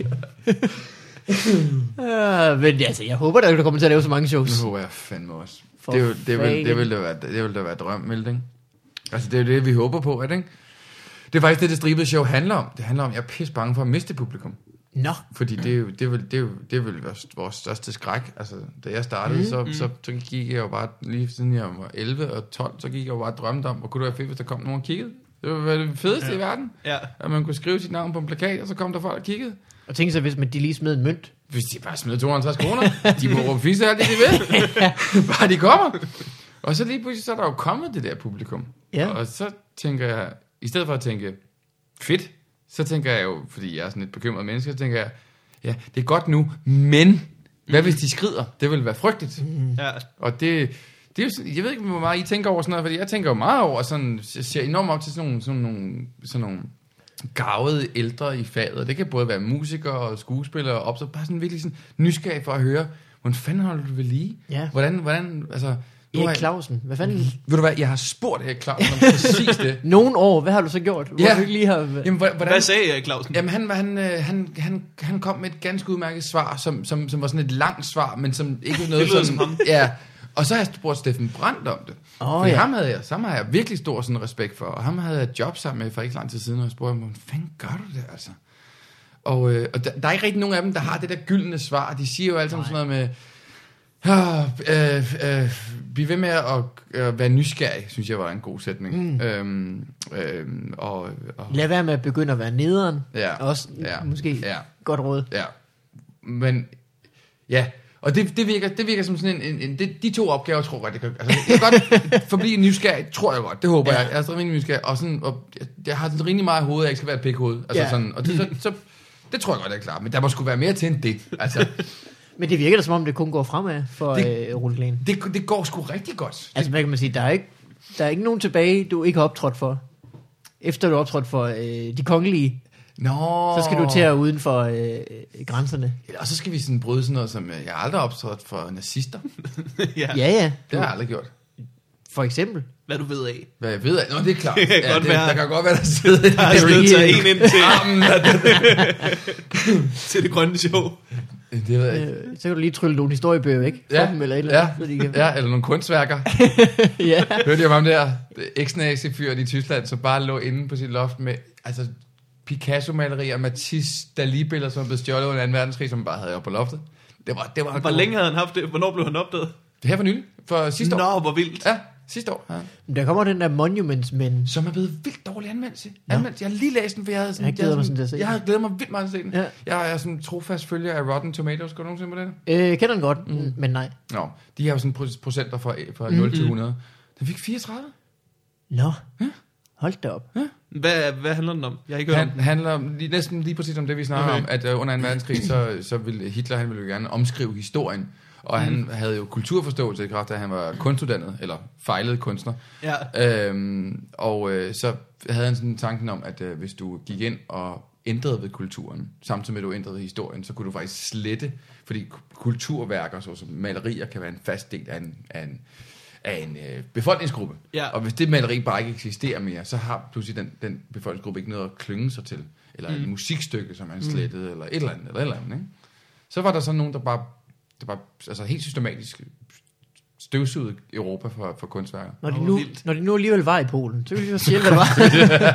Speaker 2: uh, men altså, jeg håber, der kommer til at lave så mange shows.
Speaker 3: Det håber jeg fandme også.
Speaker 2: For
Speaker 3: Det, er jo- det, vil,
Speaker 2: fanden.
Speaker 3: det, vil da være, det vil da være drømmeldt, ikke? Altså, det er jo det, vi håber på, er det ikke? Det er faktisk det, det stribede show handler om. Det handler om, at jeg er pisse bange for at miste publikum.
Speaker 2: Nå.
Speaker 3: Fordi det, er jo- det, vil, det, er jo- det vil være vores største skræk. Altså, da jeg startede, mm, så, mm. Så, så gik jeg jo bare, lige siden jeg var elleve og tolv, så gik jeg jo bare og drømte om, hvor kunne det være fedt, hvis der kom nogen og kiggede. Det ville være det fedeste ja. i verden.
Speaker 1: Ja.
Speaker 3: At man kunne skrive sit navn på en plakat, og så kom der folk og kiggede.
Speaker 2: Og tænk så, hvis man de lige smed en mønt.
Speaker 3: Hvis de bare smider to hundrede og halvtreds kroner, de må råbe fisse alt det, de vil. Bare de kommer. Og så lige pludselig, så er der jo kommet det der publikum.
Speaker 2: Ja.
Speaker 3: Og så tænker jeg, i stedet for at tænke, fedt, så tænker jeg jo, fordi jeg er sådan et bekymret menneske, så tænker jeg, ja, det er godt nu, men hvad hvis de skrider? Det vil være frygteligt.
Speaker 1: Ja.
Speaker 3: Og det, det er jo, sådan- jeg ved ikke, hvor meget I tænker over sådan noget, fordi jeg tænker jo meget over sådan, jeg ser enormt op til sådan nogle, sådan nogle, sådan nogle garvede ældre i faget, og det kan både være musikere og skuespillere, og så bare sådan virkelig sådan nysgerrig for at høre, hvordan fanden holder du ved lige?
Speaker 2: Ja.
Speaker 3: Hvordan, hvordan, altså... nu har
Speaker 2: Erik
Speaker 3: jeg-
Speaker 2: Clausen. Hvad fanden?
Speaker 3: Ved du hvad, jeg har spurgt Erik Clausen om præcis det.
Speaker 2: Nogle år. Hvad har du så gjort? Hvor
Speaker 3: Ja.
Speaker 2: du ikke lige har...
Speaker 3: Jamen, hvordan,
Speaker 1: Hvad sagde Erik Clausen?
Speaker 3: Jamen, han, han, øh, han, han, han kom med et ganske udmærket svar, som, som, som var sådan et langt svar, men som ikke var noget
Speaker 1: Det lyder
Speaker 3: sådan...
Speaker 1: som ham.
Speaker 3: Ja, og så har jeg spurgt Steffen Brandt om det.
Speaker 2: Åh,
Speaker 3: For
Speaker 2: ja.
Speaker 3: ham havde jeg, ham har jeg virkelig stor sådan respekt for, og ham havde jeg et job sammen med for ikke lang tid siden, og jeg spurgte ham, hvordan fanden gør du det, altså? Og, øh, og der, der er ikke rigtig nogen af dem, der har det der gyldne svar. De siger jo alt sammen sådan noget med, Ah, øh, øh, bliv ved med at øh, være nysgerrig, synes jeg var en god sætning. Mm. Øhm, øhm, og, og,
Speaker 2: Lad være med at begynde at være nederen.
Speaker 3: Ja.
Speaker 2: Også
Speaker 3: Ja.
Speaker 2: måske
Speaker 3: Ja.
Speaker 2: godt råd.
Speaker 3: ja, men ja, og det, det, virker, det virker som sådan en, en, en det, de to opgaver, tror jeg, det kan, altså, jeg kan godt forblive nysgerrig, tror jeg godt, det håber
Speaker 2: Ja.
Speaker 3: jeg. Jeg er stadig rimelig nysgerrig, og, sådan, og jeg, jeg har sådan rimelig meget i hovedet, at jeg ikke skal være et pikhoved. Altså
Speaker 2: Ja.
Speaker 3: sådan, og det, så, så, det tror jeg godt, jeg er klar, men der må sgu være mere til end det. Altså,
Speaker 2: Men det virker da som om, det kun går fremad for
Speaker 3: Det-
Speaker 2: øh, Rullegren.
Speaker 3: det, det går sgu rigtig godt.
Speaker 2: Altså, hvad kan man sige? Der er ikke, der er ikke nogen tilbage, du ikke har optrådt for. Efter du har optrådt for øh, de kongelige,
Speaker 3: Nå.
Speaker 2: så skal du til at uden for øh, grænserne.
Speaker 3: Og så skal vi sådan bryde sådan noget som, øh, jeg har aldrig optrådt for nazister.
Speaker 1: Ja.
Speaker 2: Ja, ja.
Speaker 3: Det har jeg aldrig gjort.
Speaker 2: For eksempel.
Speaker 1: Hvad du ved af.
Speaker 3: Hvad jeg ved af. Nå, det er klart.
Speaker 1: Det kan
Speaker 3: ja,
Speaker 1: godt
Speaker 3: det,
Speaker 1: være.
Speaker 3: der kan godt være, der sidder
Speaker 1: Jeg har
Speaker 3: det
Speaker 1: siddet
Speaker 3: er
Speaker 1: tage
Speaker 3: ikke-
Speaker 1: en ind til,
Speaker 3: Jamen, det,
Speaker 1: til det grønne show.
Speaker 3: det ved jeg ikke.
Speaker 2: Øh, så kan du lige trylle nogle historiebøger væk. For
Speaker 3: Ja,
Speaker 2: dem, eller et eller
Speaker 3: ja,
Speaker 2: andet, så de kan...
Speaker 3: ja, eller nogle kunstværker.
Speaker 2: ja.
Speaker 3: Hørte jeg om ham der ex-nazi-fyren i Tyskland, som bare lå inde på sit loft med altså, Picasso-malerier, Matisse, Dali-billeder, som er blevet stjålet under anden verdenskrig, som han bare havde oppe på loftet. Det var, det var
Speaker 1: Hvor længe havde han haft det? Hvornår blev han opdaget?
Speaker 3: Det her for nylig, for sidste år.
Speaker 1: Nå, hvor vildt.
Speaker 3: Ja, sidste år. Ja.
Speaker 2: Men der kommer den der Monuments Men.
Speaker 3: Som er blevet vildt dårlig anmeldelse. Anmeldt. Jeg har lige læst den, for jeg havde sådan...
Speaker 2: Jeg glæder
Speaker 3: havde
Speaker 2: mig sådan til at se
Speaker 3: Jeg havde glædet mig vildt meget til at se den.
Speaker 2: Ja.
Speaker 3: Jeg er sådan en trofast følger af Rotten Tomatoes. Går du nogensinde på det?
Speaker 2: Øh, kender den godt, mm. men nej.
Speaker 3: Nå, de har jo sådan pro- procenter fra, fra nul til hundrede. Den fik fireogtredive.
Speaker 2: Nå, hold da op.
Speaker 1: Hvad, hvad handler den om? Jeg har ikke hørt
Speaker 3: Han
Speaker 1: om den.
Speaker 3: handler om, lige, næsten lige præcis om det, vi snakker
Speaker 1: Okay.
Speaker 3: om, at uh, under anden verdenskrig, så, så ville Hitler, han ville jo gerne omskrive historien. Og han
Speaker 1: Mm.
Speaker 3: havde jo kulturforståelse i kraft af, at han var kunstuddannet, eller fejlet kunstner.
Speaker 1: Ja.
Speaker 3: Øhm, og øh, så havde han sådan tanken om, at øh, hvis du gik ind og ændrede ved kulturen, samtidig med at du ændrede historien, så kunne du faktisk slette, fordi ku- kulturværker, såsom malerier, kan være en fast del af en, af en, af en øh, befolkningsgruppe.
Speaker 1: Ja.
Speaker 3: Og hvis det maleri bare ikke eksisterer mere, så har pludselig den, den befolkningsgruppe ikke noget at klynge sig til. Eller mm. et musikstykke, som han slettede, mm. eller et eller andet, eller et eller andet. Ikke? Så var der så nogen, der bare, der bare altså helt systematisk støvsugede Europa for, for kunstværker.
Speaker 2: Når de,
Speaker 1: Åh,
Speaker 2: nu,
Speaker 1: vildt.
Speaker 2: når de nu alligevel var i Polen, så vil vi jo sige, hvad det var.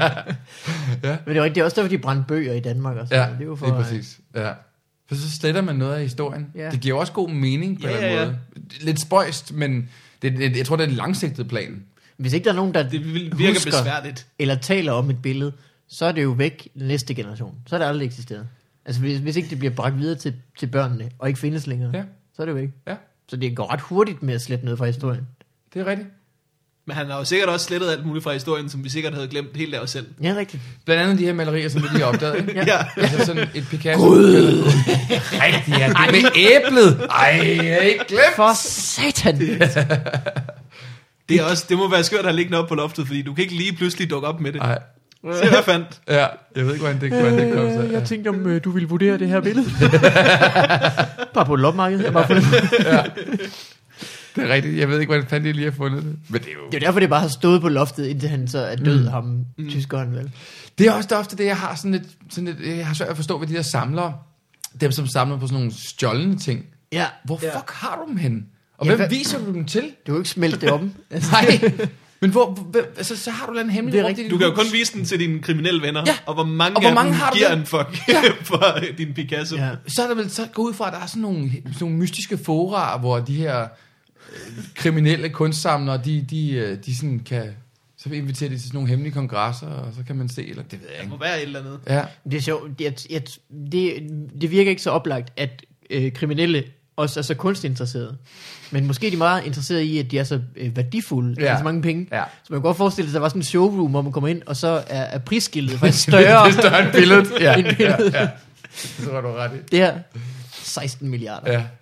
Speaker 3: Ja.
Speaker 2: Men det er, rigtigt, det er også derfor, de brændte bøger i Danmark. Og sådan.
Speaker 3: Ja,
Speaker 2: det er jo for,
Speaker 3: lige præcis. Ja. For så sletter man noget af historien.
Speaker 2: Ja.
Speaker 3: Det giver også god mening på
Speaker 1: Ja,
Speaker 3: den
Speaker 1: ja, ja.
Speaker 3: måde. Lidt spøjst, men det, det, jeg tror, det er en langsigtet plan.
Speaker 2: Hvis ikke der er nogen, der
Speaker 1: Det vil- virker
Speaker 2: husker
Speaker 1: besværligt.
Speaker 2: eller taler om et billede, så er det jo væk næste generation. Så er det aldrig eksisteret. Altså hvis, hvis ikke det bliver bragt videre til, til børnene, og ikke findes længere,
Speaker 3: Ja.
Speaker 2: så er det jo væk.
Speaker 3: Ja,
Speaker 2: Så det går ret hurtigt med at slette noget fra historien.
Speaker 3: det er rigtigt.
Speaker 1: Men han har jo sikkert også slettet alt muligt fra historien, som vi sikkert havde glemt helt af os selv.
Speaker 2: Ja, rigtigt.
Speaker 3: Blandt andet de her malerier, som vi lige har opdaget. Ikke?
Speaker 2: Ja.
Speaker 1: Ja.
Speaker 3: Altså sådan et Picasso. Gud! Rigtigt, ja. Det med æblet. Ej, jeg er ikke glemt.
Speaker 2: For satan!
Speaker 1: Det Det, er også, det må være skørt at have liggende op på loftet, fordi du kan ikke lige pludselig dukke op med det.
Speaker 3: Nej.
Speaker 1: Se, hvad jeg fandt.
Speaker 3: Ja, jeg ved ikke, hvordan det, hvordan det kom så.
Speaker 2: Øh, jeg tænkte, om øh, du ville vurdere det her billede. Bare på et lopmarked. Jeg bare fundet det.
Speaker 3: Ja. Det er rigtigt. Jeg ved ikke, hvordan fanden de lige har fundet det. Men det er jo...
Speaker 2: Det er derfor, det bare har stået på loftet, indtil han så er død,
Speaker 3: Mm.
Speaker 2: ham, tyskeren vel.
Speaker 3: Det er også det ofte det, jeg har sådan lidt, sådan lidt, jeg har svært at forstå ved de der samlere. Dem, som samler på sådan nogle stjålne ting.
Speaker 2: Ja,
Speaker 3: Hvor
Speaker 1: Ja.
Speaker 3: fuck har du dem hen? Og
Speaker 2: Ja,
Speaker 3: hvem
Speaker 2: hvad-
Speaker 3: viser du dem til?
Speaker 2: du kan jo ikke smelte det om. Altså,
Speaker 3: Nej. Men hvor, hvor altså, så har du en hemmelig
Speaker 2: Det er
Speaker 3: rum
Speaker 2: rigtigt.
Speaker 3: i dit
Speaker 1: Du kan jo
Speaker 3: hus.
Speaker 1: kun vise den til dine kriminelle venner.
Speaker 3: Ja.
Speaker 1: Og hvor mange,
Speaker 3: Og hvor
Speaker 1: af
Speaker 3: mange
Speaker 1: dem
Speaker 3: har du
Speaker 1: giver
Speaker 3: det?
Speaker 1: en fuck for din Picasso.
Speaker 2: ja.
Speaker 3: Så er der vel så gå ud fra, at der er sådan nogle, sådan nogle mystiske forarer, hvor de her øh, kriminelle kunstsamlere, de, de, øh, de sådan kan... Så inviterer de til sådan nogle hemmelige kongresser, og så kan man se, eller det ved jeg
Speaker 1: Det
Speaker 3: ikke.
Speaker 1: må være et eller andet.
Speaker 3: Ja,
Speaker 2: Det er sjovt. Det, jeg, det, det virker ikke så oplagt, at øh, kriminelle også er så kunstinteresserede. Men måske er de meget interesserede i, at de er så øh, værdifulde,
Speaker 3: Ja.
Speaker 2: ja. så mange penge.
Speaker 3: ja.
Speaker 2: Så man kan godt forestille sig, at der var sådan en showroom, hvor man kommer ind, og så er, er prisskiltet faktisk større.
Speaker 3: det er større end billedet. Ja,
Speaker 2: end billedet.
Speaker 3: ja, ja. Det tror jeg, du er ret i.
Speaker 2: Det her seksten milliarder.
Speaker 3: Ja.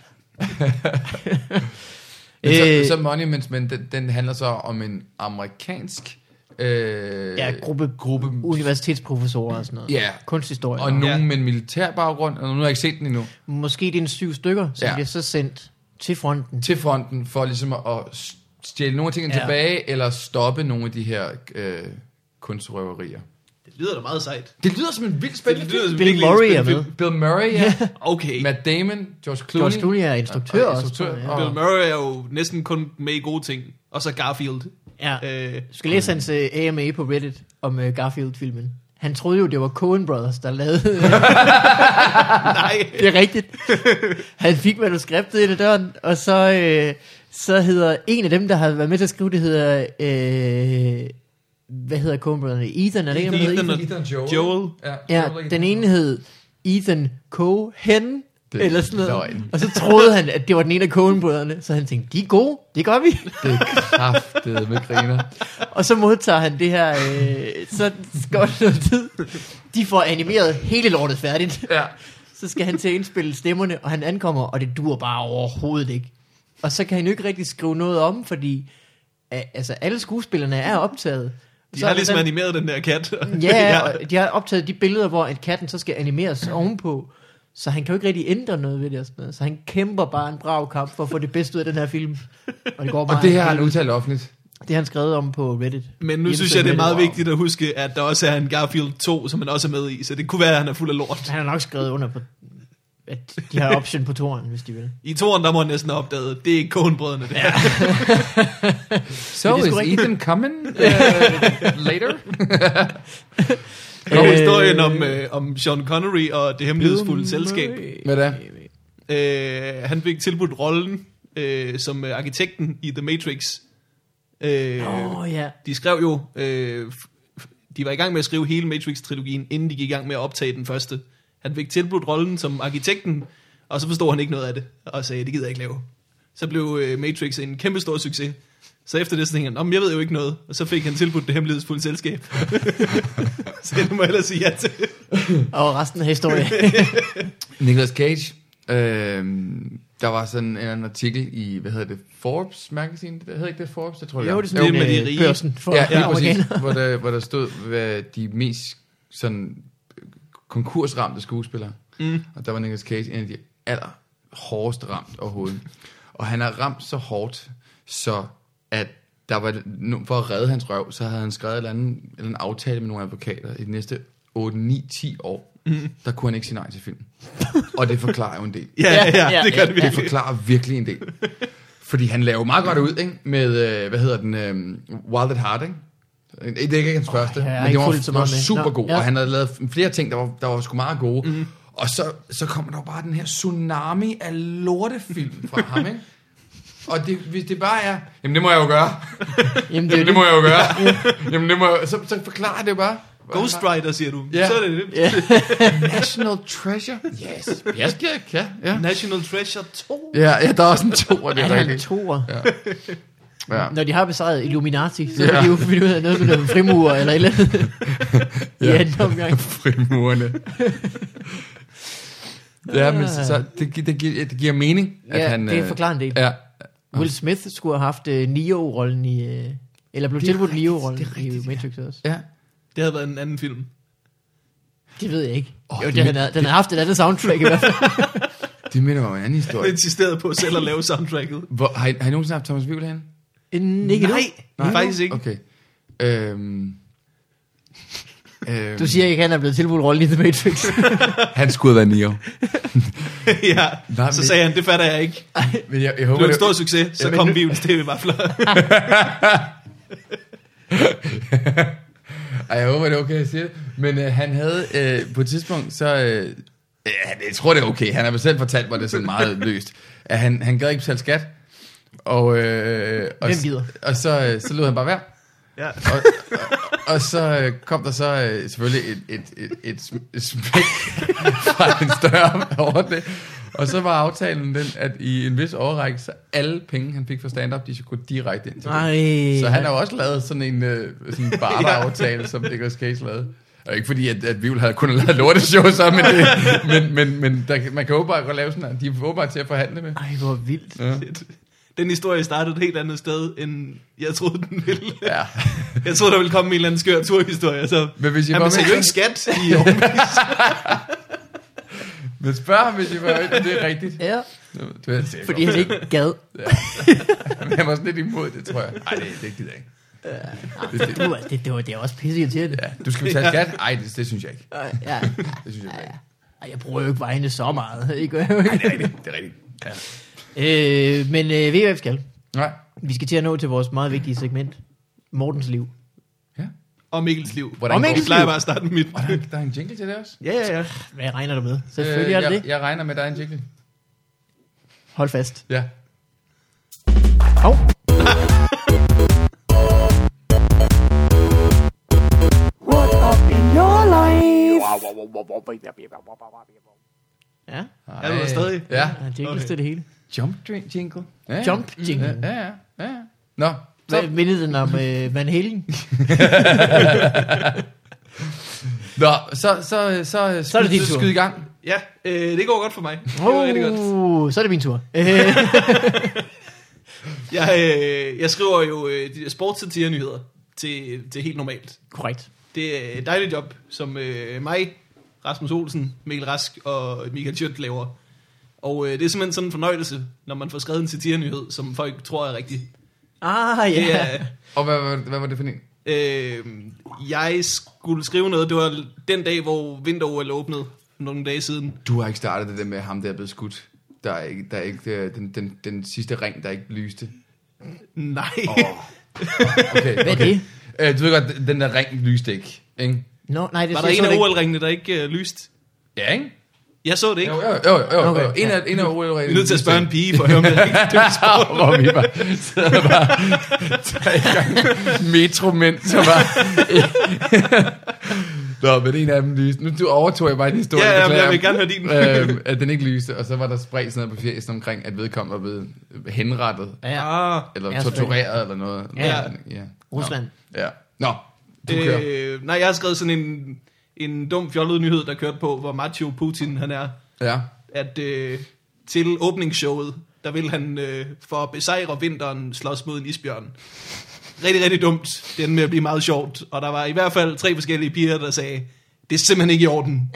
Speaker 3: Men så,
Speaker 2: Øh,
Speaker 3: så Monuments, men den, den handler så om en amerikansk øh,
Speaker 2: Ja, gruppe,
Speaker 3: gruppe
Speaker 2: universitetsprofessorer og sådan noget.
Speaker 3: Ja.
Speaker 2: Kunsthistorie.
Speaker 3: og nogen
Speaker 1: Ja.
Speaker 3: med en militær baggrund, og nu har jeg ikke set den endnu,
Speaker 2: Måske det er en syv stykker, som
Speaker 3: Ja.
Speaker 2: ja. bliver så sendt til fronten.
Speaker 3: til fronten for ligesom at stjæle nogle af tingene
Speaker 2: Ja.
Speaker 3: tilbage, eller stoppe nogle af de her øh, kunstrøverier.
Speaker 1: Det lyder da meget sejt.
Speaker 3: Det lyder som en vild spændende
Speaker 1: Det lyder
Speaker 3: film.
Speaker 1: som
Speaker 2: Bill
Speaker 1: virkelig en
Speaker 2: Murray er
Speaker 1: spændende
Speaker 2: med.
Speaker 1: film.
Speaker 3: Bill Murray, ja.
Speaker 1: Okay.
Speaker 3: Matt Damon, George Clooney.
Speaker 2: George Clooney er instruktør
Speaker 3: Ja, og
Speaker 2: også.
Speaker 3: instruktør,
Speaker 2: tror jeg,
Speaker 3: og-
Speaker 1: Bill Murray er jo næsten kun med i gode ting. Og så Garfield.
Speaker 2: Ja. ja.
Speaker 1: Øh,
Speaker 2: Du skal læse hans uh, A M A på Reddit om uh, Garfield-filmen. Han troede jo, det var Coen Brothers, der lavede.
Speaker 1: nej.
Speaker 2: Det er rigtigt. Han fik manuskriptet ind ad døren, og så, øh, så hedder en af dem, der har været med til at skrive, det hedder... Øh, hvad hedder Coen Brothers? Ethan, er det ikke,
Speaker 1: Ethan,
Speaker 2: Ethan,
Speaker 1: og
Speaker 3: Ethan Joel.
Speaker 1: Joel.
Speaker 3: Ja,
Speaker 2: Ja,
Speaker 3: Joel og
Speaker 2: den
Speaker 3: Ethan.
Speaker 2: ene hed Ethan Cohen,
Speaker 3: Det er
Speaker 2: eller sådan noget.
Speaker 3: løgn.
Speaker 2: Og så troede han, at det var den ene af Coen-brødrene. Så han tænkte, de er gode, det gør vi.
Speaker 3: Det er kraftedet med griner.
Speaker 2: Og så modtager han det her, øh, så går det noget tid. De får animeret hele lortet færdigt.
Speaker 3: Ja.
Speaker 2: Så skal han til at indspille stemmerne, og han ankommer, og det dur bare overhovedet ikke. Og så kan han jo ikke rigtig skrive noget om, fordi øh, altså, alle skuespillerne er optaget.
Speaker 1: De
Speaker 2: Så
Speaker 1: har
Speaker 2: er der
Speaker 1: ligesom
Speaker 2: den-
Speaker 1: animeret den der kat.
Speaker 2: Ja, og de har optaget de billeder, hvor at katten så skal animeres ovenpå. Så han kan jo ikke rigtig ændre noget ved det og sådan noget. Så han kæmper bare en brav kamp for at få det bedste ud af den her film. Og det går bare
Speaker 3: Og det her har han udtalt offentligt.
Speaker 2: det har han skrevet om på Reddit.
Speaker 1: Men nu synes
Speaker 2: Hjemmesiden
Speaker 1: jeg, det er meget
Speaker 2: Reddit.
Speaker 1: vigtigt at huske, at der også er en Garfield to, som han også er med i. Så det kunne være, at han er fuld af lort.
Speaker 2: Han har nok skrevet under på, at de har option på toren, hvis de vil.
Speaker 1: I toren, der må han næsten have opdaget, det er ikke Coen-brødrene, det her.
Speaker 3: So
Speaker 2: Men det er
Speaker 3: is
Speaker 2: sgu rigtigt.
Speaker 3: Ethan coming uh, later?
Speaker 1: Og
Speaker 2: Øh,
Speaker 1: historien om, øh, om Sean Connery og det hemmelighedsfulde selskab.
Speaker 3: Hvad da?
Speaker 1: Øh, han fik tilbudt rollen øh, som øh, arkitekten i The Matrix. Øh,
Speaker 2: Åh, oh, ja.
Speaker 1: De skrev jo, øh, f- f- de var i gang med at skrive hele Matrix-trilogien, inden de gik i gang med at optage den første. Han fik tilbudt rollen som arkitekten, og så forstod han ikke noget af det, og sagde, det gider jeg ikke lave. Så blev øh, Matrix en kæmpe stor succes. Så efter det, så tænkte han, "Nå, men jeg ved jo ikke noget, og så fik han tilbudt det hemmelighedsfulde selskab. Så det må jeg ellers sige ja til.
Speaker 2: Og resten af historien.
Speaker 3: Nicolas Cage. Øh, der var sådan en anden artikel i, hvad hedder det, Forbes magazine? Det hedder ikke det Forbes? Det tror jeg.
Speaker 2: Jo, det er sådan
Speaker 1: Jo,
Speaker 2: en
Speaker 1: med de
Speaker 2: øh,
Speaker 1: rige.
Speaker 2: børsen for
Speaker 3: Ja, lige præcis.
Speaker 2: amerikanere.
Speaker 3: Hvor der, hvor der stod, hvad de mest sådan konkursramte skuespillere.
Speaker 1: Mm.
Speaker 3: Og der var Nicolas Cage en af de aller hårdest ramt overhovedet. Og han er ramt så hårdt, så at der var, no- for at redde hans røv, så havde han skrevet en eller anden, en eller anden aftale med nogle advokater i de næste otte, ni, ti år. Mm. Der kunne han ikke sige nej til filmen. Og det forklarer jo en del.
Speaker 1: Ja, ja, ja,
Speaker 2: Ja,
Speaker 1: det gør
Speaker 2: ja,
Speaker 1: det
Speaker 3: Det
Speaker 1: virkelig.
Speaker 3: forklarer virkelig en del. Fordi han laver meget godt ud, ikke? Med, øh, hvad hedder den, øh, Wild at Heart, ikke? Det er ikke hans første,
Speaker 2: jeg har
Speaker 3: men
Speaker 2: ikke
Speaker 3: det var,
Speaker 2: fulgt så
Speaker 3: var
Speaker 2: meget med.
Speaker 3: super
Speaker 2: Nå,
Speaker 3: god,
Speaker 2: ja.
Speaker 3: og han havde lavet flere ting, der var, der var sgu meget gode. Mm. Og så, så kommer der jo bare den her tsunami af lortefilm fra ham, ikke? Og det, hvis det bare er, jamen det må jeg jo gøre.
Speaker 2: Jamen, det er
Speaker 3: Jamen det må jeg jo gøre. Jamen det må jeg, så, så forklarer det jo bare.
Speaker 1: Ghost Rider, siger du.
Speaker 3: Ja.
Speaker 1: Så er det det.
Speaker 2: Ja.
Speaker 3: National Treasure. Yes. Jeg skal, ja, ja.
Speaker 1: National Treasure to.
Speaker 3: Ja, ja, der er også en to, og det
Speaker 2: Ja,
Speaker 3: er
Speaker 2: der er en
Speaker 3: rigtigt.
Speaker 2: toer.
Speaker 3: Ja.
Speaker 2: Når de har besejret Illuminati, så
Speaker 3: Ja.
Speaker 2: kan de jo finde ud af noget med nogle frimurer eller et eller andet. I
Speaker 3: Ja.
Speaker 2: anden omgang.
Speaker 3: Frimurerne. Ja, men så, så det, gi- det, giver, det giver mening, at
Speaker 2: Ja,
Speaker 3: han...
Speaker 2: det
Speaker 3: øh,
Speaker 2: forklarer en del.
Speaker 3: Ja,
Speaker 2: Will Smith skulle have haft uh, Neo-rollen i... Uh, eller blev tilbudt Neo-rollen i Matrix også.
Speaker 3: Ja.
Speaker 1: Det havde været en anden film.
Speaker 2: Det ved jeg ikke.
Speaker 3: Oh,
Speaker 2: Jo, den, den, har, den har haft et andet soundtrack i hvert fald.
Speaker 3: Det minder mig om en anden
Speaker 1: Jeg
Speaker 3: historie.
Speaker 1: insisterede på selv at lave soundtracket.
Speaker 3: Hvor, har, I, har I nogensinde haft Thomas Wivel herinde?
Speaker 2: En, ikke
Speaker 1: Nej,
Speaker 2: nu.
Speaker 1: nej, faktisk ikke.
Speaker 3: Okay. Øhm, øhm,
Speaker 2: Du siger ikke, at han er blevet tilbudt rollen i The Matrix.
Speaker 3: han skulle have været Neo.
Speaker 1: Ja,
Speaker 3: Nej,
Speaker 1: så
Speaker 3: men-
Speaker 1: sagde han, det fatter jeg ikke.
Speaker 3: Men jeg, jeg
Speaker 1: Det
Speaker 3: håber,
Speaker 1: var en
Speaker 3: det,
Speaker 1: stor succes, så kom Vivels T V-vafler.
Speaker 3: Ej, jeg håber, det er okay, jeg siger det. Men øh, han havde øh, på et tidspunkt, så... Øh, øh, jeg tror, det er okay. Han har selv fortalt mig det sådan meget løst. At han, han gad ikke betale skat. Og, øh, og,
Speaker 2: Hvem gider?
Speaker 3: og så, øh, så lod han bare være.
Speaker 1: Ja.
Speaker 3: Og, og, og så øh, kom der så øh, selvfølgelig et, et, et, et, sm- et smæk fra en større ordning. Og så var aftalen den, at i en vis overrække, så alle penge, han fik for stand-up, de skulle gå direkte ind til
Speaker 2: Nej.
Speaker 3: det. Så han har jo også lavet sådan en øh, sådan en barter-aftale, som Nicolas Cage lavede. Og ikke fordi, at, at vi ville have kun lavet lorteshow så, men, det, men, men, men der, man kan åbenbart godt lave sådan her. De er åbenbart til at forhandle med.
Speaker 2: Ej, hvor vildt.
Speaker 3: Ja.
Speaker 1: Den historie startede et helt andet sted, end jeg troede, den ville.
Speaker 3: Ja.
Speaker 1: Jeg troede, der ville komme en eller anden skør turhistorie. Så
Speaker 3: Men hvis I
Speaker 1: han
Speaker 3: var
Speaker 1: betalte
Speaker 3: med-
Speaker 1: jo ikke skat i Aarhus.
Speaker 3: Men spørg ham, hvis I var med, det er rigtigt.
Speaker 2: Ja,
Speaker 3: Du ved, det er
Speaker 2: fordi
Speaker 3: godt.
Speaker 2: han ikke gad.
Speaker 3: Men han var sådan lidt imod det, tror jeg. Nej, det, det gider jeg ikke. Det, det,
Speaker 2: Du, det, det, var, det er også pisse irriterende.
Speaker 3: ja. Du skal betale skat? Nej, det, det synes jeg ikke.
Speaker 2: Ja. Ja.
Speaker 3: Det synes jeg ikke.
Speaker 2: Ej, jeg bruger jo ikke vejene så meget. Ikke?
Speaker 3: Nej, det er rigtigt. Det er rigtigt. Ja.
Speaker 2: øh, men øh, ved I, hvad vi skal?
Speaker 3: Nej.
Speaker 2: Vi skal til at nå til vores meget vigtige segment. Mortens liv.
Speaker 3: Ja.
Speaker 1: Og Mikkels liv.
Speaker 3: Hvordan
Speaker 2: Og
Speaker 3: går
Speaker 1: Jeg
Speaker 2: Mikkels
Speaker 1: plejer
Speaker 2: liv.
Speaker 1: bare at starte med mit.
Speaker 3: Og der, der er en jingle til det også?
Speaker 1: Ja, ja, ja.
Speaker 2: Hvad regner du med? Selvfølgelig er det
Speaker 3: jeg,
Speaker 2: det.
Speaker 3: jeg regner med, at der er en jingle.
Speaker 2: Hold fast.
Speaker 3: Ja.
Speaker 2: Hov.
Speaker 4: What up in your life?
Speaker 2: Ja,
Speaker 1: Er du der stadig?
Speaker 3: Ja.
Speaker 2: der er jingles
Speaker 1: Okay.
Speaker 2: til det hele.
Speaker 3: Jump drink jingle. Ja,
Speaker 2: Jump jingle.
Speaker 3: Ja, ja, ja. ja. Nå,
Speaker 2: Hvad
Speaker 3: så,
Speaker 2: mindede den om øh, Van Halen?
Speaker 3: Nå, så, så, så,
Speaker 2: Så er det din tur.
Speaker 3: skyd i gang.
Speaker 1: Ja, øh, det går godt for mig. Det går rigtig godt.
Speaker 2: Uh, så er det min tur. Øh,
Speaker 1: Jeg, øh, jeg skriver jo øh, de der sportssatire-nyheder til, til helt normalt.
Speaker 2: Korrekt.
Speaker 1: Det er et dejligt job, som øh, mig, Rasmus Olsen, Mikkel Rask og Michael Tjønt laver. Og øh, det er simpelthen sådan en fornøjelse, når man får skrevet en satire-nyhed, som folk tror er rigtig.
Speaker 2: Ah, ja.
Speaker 1: Det er,
Speaker 3: Og hvad, hvad, hvad var det for en?
Speaker 1: øh, jeg skulle skrive noget, det var den dag, hvor vinter-O L åbnede, nogle dage siden.
Speaker 3: Du har ikke startet det der med ham, der er blevet skudt. Der er ikke, der er ikke øh, den, den, den sidste ring, der ikke lyste.
Speaker 1: Nej.
Speaker 3: Oh. Okay,
Speaker 2: Hvad er
Speaker 3: okay.
Speaker 2: det?
Speaker 3: Øh, du ved godt, den der ring lyste ikke. Ikke?
Speaker 2: Nå, nej, det
Speaker 1: Var der
Speaker 2: jeg
Speaker 1: en
Speaker 2: så
Speaker 1: af
Speaker 2: det
Speaker 1: O L-ringene, der ikke øh, lyst?
Speaker 3: Ja, ikke?
Speaker 1: Jeg så det ikke.
Speaker 3: Jo, jo, jo. jo, jo.
Speaker 2: Okay,
Speaker 3: Okay, en,
Speaker 2: ja.
Speaker 3: af, en af O L-reglerne.
Speaker 1: Vi er nødt til at spørge en pige for at høre, om det er rigtigt. Det er sport.
Speaker 3: Hvor vi bare sidder bare tre gange metromænd, så bare... Nå, men en af dem lyste. Nu du overtog jeg bare en historie.
Speaker 1: Ja, ja,
Speaker 3: beklager.
Speaker 1: jeg vil gerne høre din.
Speaker 3: øhm, at den ikke lyste, og så var der spredt sådan noget på fjæsen omkring, at vedkommende var blevet henrettet,
Speaker 2: Ja,
Speaker 1: Ah,
Speaker 3: eller
Speaker 2: Ja,
Speaker 3: tortureret, eller noget.
Speaker 2: Ja.
Speaker 3: ja. ja.
Speaker 2: Rusland.
Speaker 3: Nå. Ja. Nå, du kører.
Speaker 1: øh, nej, jeg har skrevet sådan en, en dum fjollet nyhed, der kørte på, hvor macho Putin han er.
Speaker 3: Ja.
Speaker 1: At øh, til åbningsshowet, der vil han øh, for at besejre vinteren slås mod en isbjørn. Rigtig, rigtig dumt. Det endte med at blive meget sjovt. Og der var i hvert fald tre forskellige piger, der sagde, det er simpelthen ikke i orden.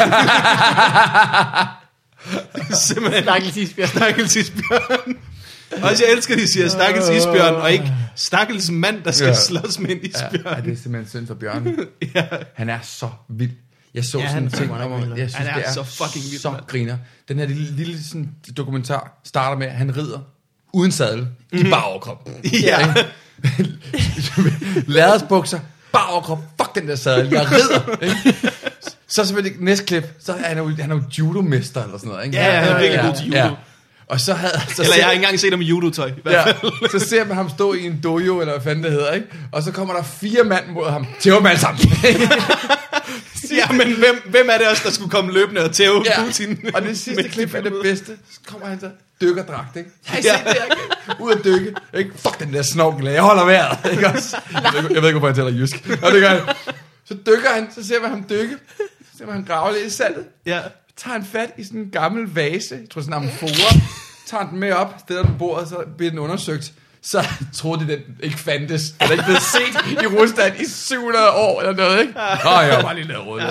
Speaker 1: Det er simpelthen
Speaker 2: Stakkels isbjørn.
Speaker 1: stakkels isbjørn. Også jeg elsker, at de siger stakkels isbjørn, og ikke stakkels mand, der skal
Speaker 3: Ja.
Speaker 1: slås med en
Speaker 3: Ja,
Speaker 1: isbjørn.
Speaker 3: det er simpelthen synd for Bjørn.
Speaker 1: Ja.
Speaker 3: Han er så vild. Jeg så
Speaker 2: Ja,
Speaker 3: ja,
Speaker 2: han
Speaker 3: sådan en
Speaker 2: er
Speaker 3: ting,
Speaker 2: så
Speaker 3: hvor
Speaker 2: vild.
Speaker 3: jeg synes,
Speaker 1: Han er
Speaker 3: det er
Speaker 1: så fucking vild,
Speaker 3: så
Speaker 1: mand.
Speaker 3: griner. Den her lille, lille sådan, dokumentar starter med, at han rider uden sadel, i bare overkrop.
Speaker 1: Ja.
Speaker 3: Lærredsbukser, bare overkrop, fuck den der sadel, jeg rider. Ikke? Så selvfølgelig næste klip, så er han jo, han er jo judomester eller sådan noget. Ikke?
Speaker 1: Ja, han er virkelig god til judo.
Speaker 3: Og så havde så
Speaker 1: Eller
Speaker 3: ser-
Speaker 1: jeg har ikke engang set ham i judotøj. I hvert
Speaker 3: Ja,
Speaker 1: fald.
Speaker 3: så ser man ham stå i en dojo, eller hvad fanden det hedder, ikke? Og så kommer der fire mand mod ham, til dem alle sammen.
Speaker 1: Ja, men hvem, hvem er det også, der skulle komme løbende og tæve
Speaker 3: Ja.
Speaker 1: Putin?
Speaker 3: Og det sidste
Speaker 1: Mens
Speaker 3: klip
Speaker 1: de
Speaker 3: er det
Speaker 1: filmede?
Speaker 3: bedste. Så kommer han så dykkerdragt, ikke? Har I
Speaker 1: Ja.
Speaker 3: set det her? Ud at dykke. Ikke? Fuck den der snorkel, jeg holder vejret. Ikke også? Jeg ved, ikke- jeg ved ikke, hvorfor jeg taler jysk. Og det gør han. Så dykker han, så ser man ham dykke. Så ser man ham grave lidt i sandet.
Speaker 1: Ja.
Speaker 3: Tager han fat i sådan en gammel vase, jeg tror sådan en amfora, tager den med op, stiller den på bordet, så bliver den undersøgt. Så troede de, den ikke fandtes. Den er ikke blevet set i Rusland i syv hundrede år eller noget, ikke? Nå, jeg har bare lige lavet råd.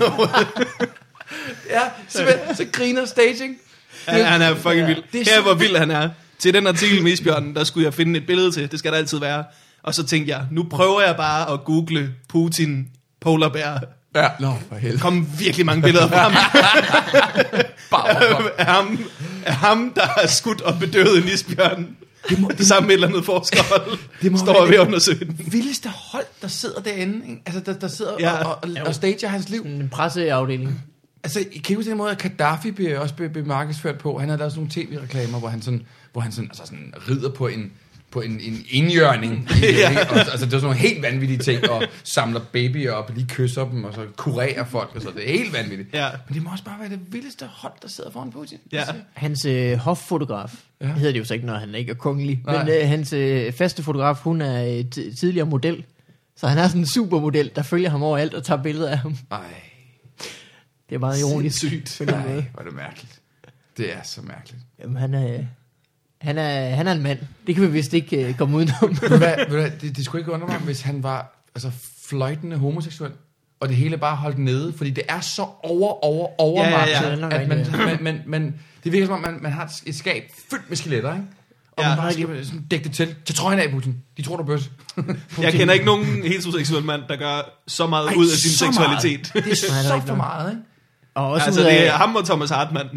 Speaker 3: Ja, simpelthen, så griner staging.
Speaker 1: Ja, han er fucking vild.
Speaker 3: Det er
Speaker 1: Her
Speaker 3: så
Speaker 1: hvor vild han er. Til den artikel med isbjørnen, der skulle jeg finde et billede til. Det skal der altid være. Og så tænkte jeg, nu prøver jeg bare at google Putin polar bear.
Speaker 3: Ja, nå for helvede.
Speaker 1: Der kom virkelig mange billeder fra ham. af ham. Af ham, der har skudt og bedøvet en isbjørn. Det, må, det sammen med et eller andet forskerhold. Det må står ved at undersøge den.
Speaker 3: Vildeste hold, der sidder derinde. Ikke? Altså, der, der sidder
Speaker 1: ja.
Speaker 3: og, og, og stager hans liv.
Speaker 2: En presseafdeling.
Speaker 3: Altså, kan I huske den måde, at Gaddafi bliver også be, be markedsført på? Han havde lavet sådan nogle tv-reklamer, hvor han sådan, hvor han sådan, altså sådan rider på en, på en, en indjørning. Ja. Og, altså, det er sådan nogle helt vanvittige ting, og samler babyer op, og lige kysser dem, og så kurerer folk, og så det er helt vanvittigt. Ja. Men det må også bare være det vildeste hold, der sidder foran Putin.
Speaker 1: Ja.
Speaker 2: Hans øh, hoffotograf, ja. hedder det jo så ikke, når han ikke er kongelig, Nej. men øh, hans øh, faste fotograf, hun er øh, t- tidligere model, så han er sådan en supermodel, der følger ham overalt og tager billeder af ham.
Speaker 3: Ej.
Speaker 2: Det er meget ironisk.
Speaker 3: Sygt. Nej, hvor er det mærkeligt. Det er så mærkeligt.
Speaker 2: Jamen, han er, han er, han er en mand. Det kan vi vist ikke uh, komme udenom.
Speaker 3: Hvad, hvad, det, det skulle ikke undre mig, hvis han var altså, fløjtende homoseksuel, og det hele bare holdt nede, fordi det er så over, over, over
Speaker 1: ja, ja, ja.
Speaker 3: at man, man, man, man, man, det virker som om, man, man har et skab fyldt med skeletter, ikke? Og ja, man bare skal sådan dække det til. Til trøjen af, Putin. De tror, du er bøsse.
Speaker 1: Jeg kender ikke nogen heteroseksuel mand, der gør så meget Ej, ud af sin seksualitet.
Speaker 3: Meget. Det er så for meget, ikke?
Speaker 2: Og også
Speaker 1: altså,
Speaker 2: ud af,
Speaker 1: det er ham og Thomas Hartmann.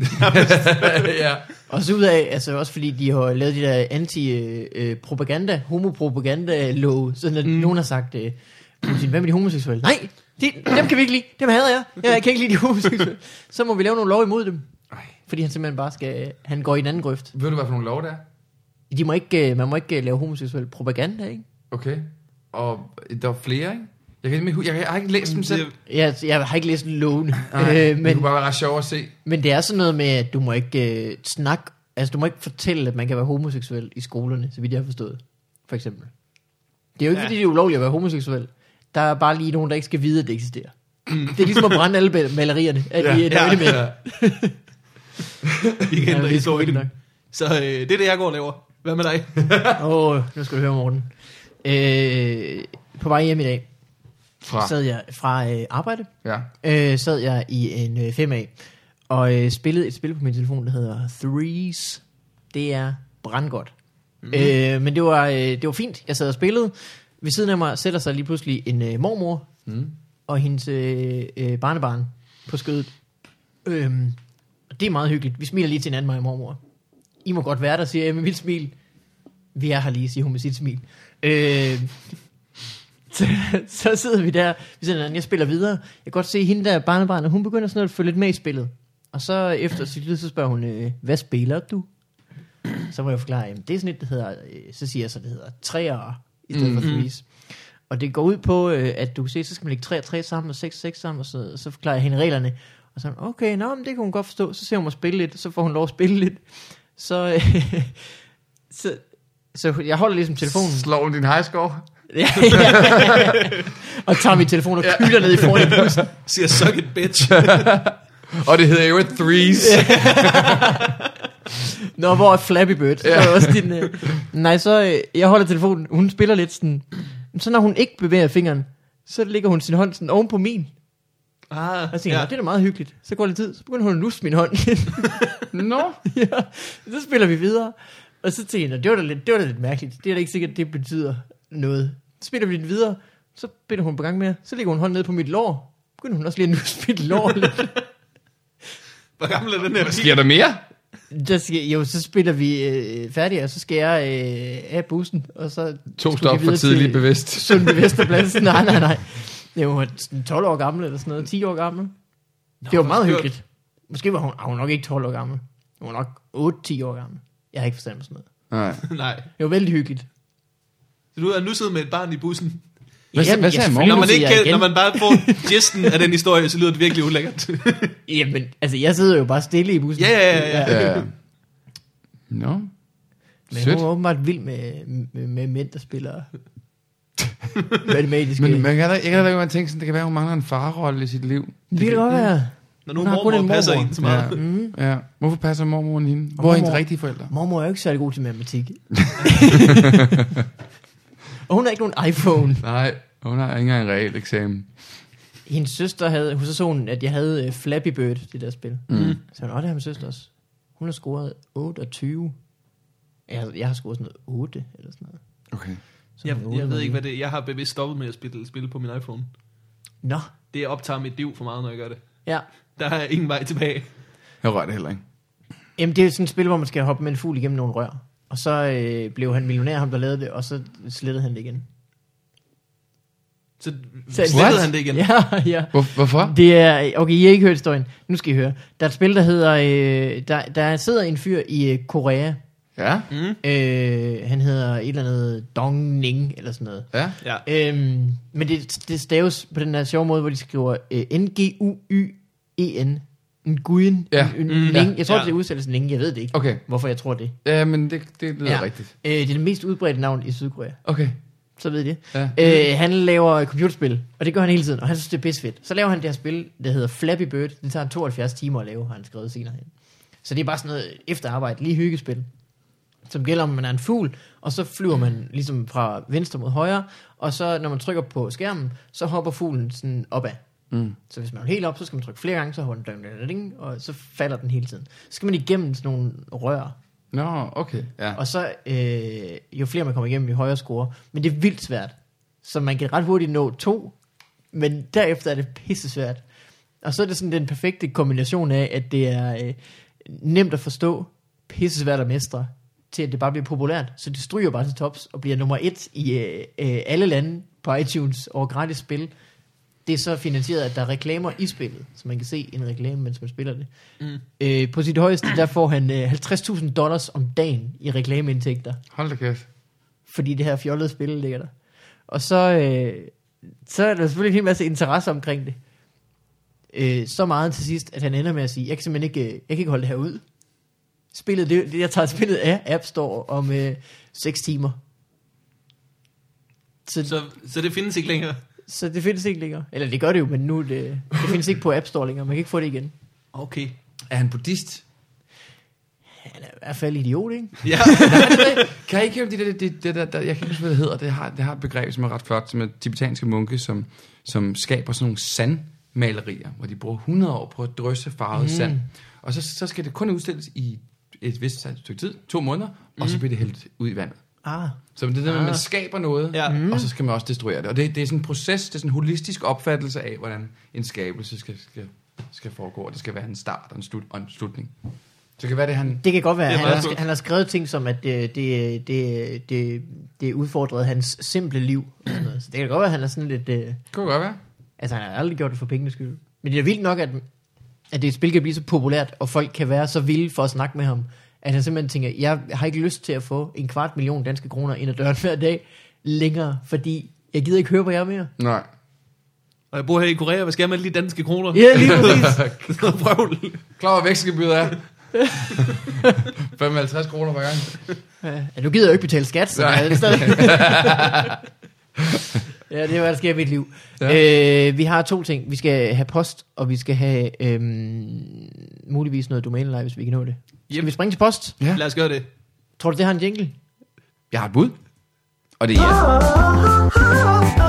Speaker 2: ja. Også ud af, altså også fordi de har lavet de der anti-propaganda, øh, homopropaganda-lov, sådan at mm. nogen har sagt, øh, Putin, hvad med de homoseksuelle? Nej, de, dem kan vi ikke lide, dem hader jeg. Jeg kan ikke lide de homoseksuelle. Så må vi lave nogle lov imod dem. Ej. Fordi han simpelthen bare skal, han går i en anden grøft.
Speaker 3: Ved du, hvad for nogle lov der er?
Speaker 2: De må ikke, man må ikke lave homoseksuel propaganda, ikke?
Speaker 3: Okay. Og der er flere, ikke? Jeg, kan, jeg, jeg har ikke læst dem selv.
Speaker 2: Jeg, jeg har ikke læst lovene.
Speaker 3: Nej, øh, men, det kunne bare være ret sjovt at se.
Speaker 2: Men det er sådan noget med, at du må ikke øh, snakke, altså du må ikke fortælle, at man kan være homoseksuel i skolerne, så vidt jeg har forstået, for eksempel. Det er jo ikke, ja. fordi det er ulovligt at være homoseksuel. Der er bare lige nogen, der ikke skal vide, at det eksisterer. Mm. Det er ligesom at brænde alle malerierne. At ja, de, ja, ja, ja.
Speaker 1: Vi kan ja, stå i det nok. Så øh, det er det, jeg går og laver. Hvad med dig?
Speaker 2: Åh, oh, nu skal du høre, Morten. Øh, på vej hjem i dag, fra, sad jeg fra øh, arbejde, ja. øh, sad jeg i en øh, fem A, og øh, spillede et spil på min telefon, der hedder Threes. Det er brandgodt. Mm. Øh, men det var, øh, det var fint. Jeg sad og spillede. Ved siden af mig sætter sig lige pludselig en øh, mormor, mm. og hendes øh, øh, barnebarn på skødet. Øh, det er meget hyggeligt. Vi smiler lige til hinanden, mig og mormor. I må godt være der, siger jeg med mit smil. Vi er her lige, siger hun med sit smil. Øh, så, så sidder vi der, vi sidder der, jeg spiller videre. Jeg kan godt se hende der barnebarn, og hun begynder sådan at følge lidt med i spillet. Og så efter sit lyd, så spørger hun, øh, hvad spiller du? Så må jeg forklare, jamen det er sådan et, der hedder, øh, så siger jeg så, det hedder træer i stedet mm-hmm. for threes. Og det går ud på, øh, at du kan se, så skal man lægge tre og tre sammen, og seks og seks sammen, og så, så forklarer jeg hende reglerne. Og så okay, nå, men det kan hun godt forstå. Så ser hun mig spille lidt, så får hun lov at spille lidt. Så, øh, så, så jeg holder ligesom telefonen.
Speaker 3: Slår hun din highscore?
Speaker 2: Ja, ja. Og tager min telefon og kylder ned i foran i bussen.
Speaker 1: Siger, suck it, bitch.
Speaker 3: Og det hedder jo et threes.
Speaker 2: Nå, hvor er Flappy Bird? Så er også din, øh... Nej, så øh, jeg holder telefonen. Hun spiller lidt sådan. Så når hun ikke bevæger fingeren, så lægger hun sin hånd sådan oven på min. Ah, og så tænker, ja. Det er da meget hyggeligt. Så går det tid, så begynder hun at nusse min hånd.
Speaker 3: Nå.
Speaker 2: Ja, så spiller vi videre. Og så tænker jeg, det var da lidt, det var da lidt mærkeligt. Det er da ikke sikkert, det betyder noget. Så spiller vi lidt videre. Så spiller hun på gang med. Så lægger hun hånden ned på mit lår. Begynder hun også lige at nusse mit lår lidt.
Speaker 1: Hvor gammel er den her?
Speaker 3: Sker der mere?
Speaker 2: Der skal, jo, så spiller vi øh, færdigt, og så skal jeg øh, af bussen. Og så
Speaker 3: to stop for tidlig bevidst.
Speaker 2: Sundby Vesterplads. Nej, nej, nej. Det var tolv år gammel eller sådan noget, ti år gammel. Nå, det var meget hyggeligt. Måske var hun, hun nok ikke tolv år gammel. Hun var nok otte til ti år gammel. Jeg har ikke forstand på sådan noget.
Speaker 3: Nej.
Speaker 1: Nej.
Speaker 2: Det var vældig hyggeligt.
Speaker 1: Så du er nu siddet med et barn i bussen?
Speaker 3: Hvad, Jamen, hvad sagde
Speaker 1: når man ikke kan, når man bare får gisten af den historie, så lyder det virkelig ulækkert.
Speaker 2: Jamen, altså jeg sidder jo bare stille i bussen.
Speaker 1: Ja, ja, ja. ja.
Speaker 3: ja. Nå. No.
Speaker 2: Men hun er åbenbart vild med, med, med mænd, der spiller matematiske.
Speaker 3: Men man kan da, jeg kan da ikke tænke sådan, det kan være, hun mangler en farrolle i sit liv.
Speaker 2: Det kan godt være.
Speaker 1: Når nu mormor passer en så meget.
Speaker 3: Ja. Mm. Ja. Hvorfor passer mormoren hende? Hvor er hendes rigtige forældre?
Speaker 2: Mormor er jo ikke særlig god til matematik. Og hun har ikke nogen iPhone.
Speaker 3: Nej, hun har ikke engang en reel eksamen.
Speaker 2: Hendes søster havde, hun så sådan, at jeg havde uh, Flappy Bird, det der spil. Mm. Så hun, det har min søster også. Hun har scoret otteogtyve. Jeg, jeg har scoret sådan noget otte, eller sådan noget.
Speaker 3: Okay.
Speaker 1: Jeg, jeg ved ikke, hvad det er. Jeg har bevidst stoppet med at spille, spille på min iPhone.
Speaker 2: Nå.
Speaker 1: Det optager mit liv for meget, når jeg gør det.
Speaker 2: Ja.
Speaker 1: Der er ingen vej tilbage.
Speaker 3: Jeg rører det heller ikke.
Speaker 2: Jamen, det er sådan et spil, hvor man skal hoppe med en fugl igennem nogle rør. Og så øh, blev han millionær, ham der lavede det, og så slettede han det igen.
Speaker 1: Så slettede han det igen?
Speaker 2: Ja, ja.
Speaker 3: Hvor, hvorfor?
Speaker 2: Det er, okay, I har ikke hørt historien. Nu skal I høre. Der er et spil, der hedder, øh, der, der sidder en fyr i øh, Korea.
Speaker 3: Ja.
Speaker 2: Mm. Øh, han hedder et eller andet Dong Ning, eller sådan noget.
Speaker 3: Ja.
Speaker 1: Ja.
Speaker 2: Øhm, men det, det staves på den der sjove måde, hvor de skriver øh, N G U Y E N. Nguyen.
Speaker 3: Ja.
Speaker 2: En,
Speaker 3: Mm,
Speaker 2: Ning.
Speaker 3: ja.
Speaker 2: Jeg tror,
Speaker 1: Ja.
Speaker 2: det er udsættelse Ning. Jeg ved det ikke,
Speaker 3: Okay.
Speaker 2: hvorfor jeg tror det.
Speaker 3: Ja, men det, det lyder
Speaker 2: Ja.
Speaker 3: rigtigt.
Speaker 2: Øh, det er det mest udbredte navn i Sydkorea.
Speaker 3: Okay.
Speaker 2: Så ved I det.
Speaker 3: Ja.
Speaker 2: Øh, han laver computerspil, og det gør han hele tiden, og han synes, det er pissefedt. Så laver han det her spil, der hedder Flappy Bird. Det tager tooghalvfjerds timer at lave, har han skrevet senere hen. Så det er bare sådan noget efterarbejde, lige hyggespil, som gælder om, man er en fugl, og så flyver man ligesom fra venstre mod højre, og så når man trykker på skærmen, så hopper fuglen sådan opad.
Speaker 3: Mm.
Speaker 2: Så hvis man er helt op, så skal man trykke flere gange, så hopper den, ding, ding, og så falder den hele tiden. Så skal man igennem sådan nogle rør,
Speaker 3: Nå, okay. Ja.
Speaker 2: og så øh, jo flere man kommer igennem, jo højere score. Men det er vildt svært. Så man kan ret hurtigt nå to, men derefter er det pisse svært. Og så er det sådan den perfekte kombination af, at det er øh, nemt at forstå, pisse svært at mestre, til at det bare bliver populært. Så det stryger bare til tops og bliver nummer et i øh, øh, alle lande på iTunes over gratis spil. Det er så finansieret, at der er reklamer i spillet, så man kan se en reklame, mens man spiller det. Mm. Øh, på sit højeste, der får han øh, halvtreds tusind dollars om dagen i reklameindtægter.
Speaker 3: Hold da kæft.
Speaker 2: Fordi det her fjollede spil ligger der. Og så, øh, så er der selvfølgelig en hel masse interesse omkring det. Øh, så meget til sidst, at han ender med at sige, jeg kan simpelthen ikke, jeg kan ikke holde det her ud. Spillet, det, det jeg tager spillet af App Store om øh, seks timer. Så,
Speaker 1: Så, så det findes ikke længere?
Speaker 2: så det findes ikke længere. Eller det gør det jo, men nu det, det findes ikke på App Store længere. Man kan ikke få det igen.
Speaker 1: Okay.
Speaker 3: Er han buddhist?
Speaker 2: Han er i hvert fald idiot, ikke?
Speaker 1: Ja.
Speaker 3: Kan jeg ikke høre det der, det, det der, der, jeg kan ikke huske, hvad det hedder, det har, det har et begreb, som er ret flot, som er tibetanske munke, som, som skaber sådan nogle sandmalerier, hvor de bruger hundrede år på at drysse farvet mm. sand, og så, så skal det kun udstilles i et vist stykke tid, to måneder, mm. og så bliver det hældt ud i vandet.
Speaker 2: Ah.
Speaker 3: Så det er der, ah. man skaber noget,
Speaker 1: Ja.
Speaker 3: mm. og så skal man også destruere det, og det, det er sådan en proces, det er sådan en holistisk opfattelse af, hvordan en skabelse skal, skal, skal foregå, og det skal være en start og en, slut, og en slutning. Så det kan være det, han...
Speaker 2: Det kan godt være,
Speaker 1: Det er
Speaker 2: han
Speaker 1: meget
Speaker 2: har,
Speaker 1: godt.
Speaker 2: han har skrevet ting som, at det, det, det, det, det udfordrede hans simple liv. Og sådan noget. Så det kan godt være, at han er sådan lidt... Øh,
Speaker 3: Det kunne godt være.
Speaker 2: altså, han har aldrig gjort det for pengenes skyld. Men det er vildt nok, at, at det et spil kan blive så populært, og folk kan være så vilde for at snakke med ham, at han simpelthen tænker, jeg har ikke lyst til at få en kvart million danske kroner ind ad døren hver dag længere, fordi jeg gider ikke høre på jer mere.
Speaker 3: Nej.
Speaker 1: Og jeg bor her i Korea, hvad skal jeg med alle de danske kroner?
Speaker 2: Ja, lige præcis.
Speaker 1: Noget vrøvl.
Speaker 3: Klar over vækstgebyret er femoghalvtreds kroner hver gang.
Speaker 2: Ja, du gider jo ikke betale skat, så
Speaker 3: Nej.
Speaker 2: er det stadig. Ja, det er, hvad der sker i mit liv.
Speaker 3: Ja.
Speaker 2: Øh, vi har to ting. Vi skal have post, og vi skal have øhm, muligvis noget domæneleje, hvis vi kan nå det. Skal
Speaker 1: Yep.
Speaker 2: vi springe til post?
Speaker 3: Ja.
Speaker 1: Lad os gøre det.
Speaker 2: Tror du, det har en jingle?
Speaker 3: Jeg har et bud. Og det er yes.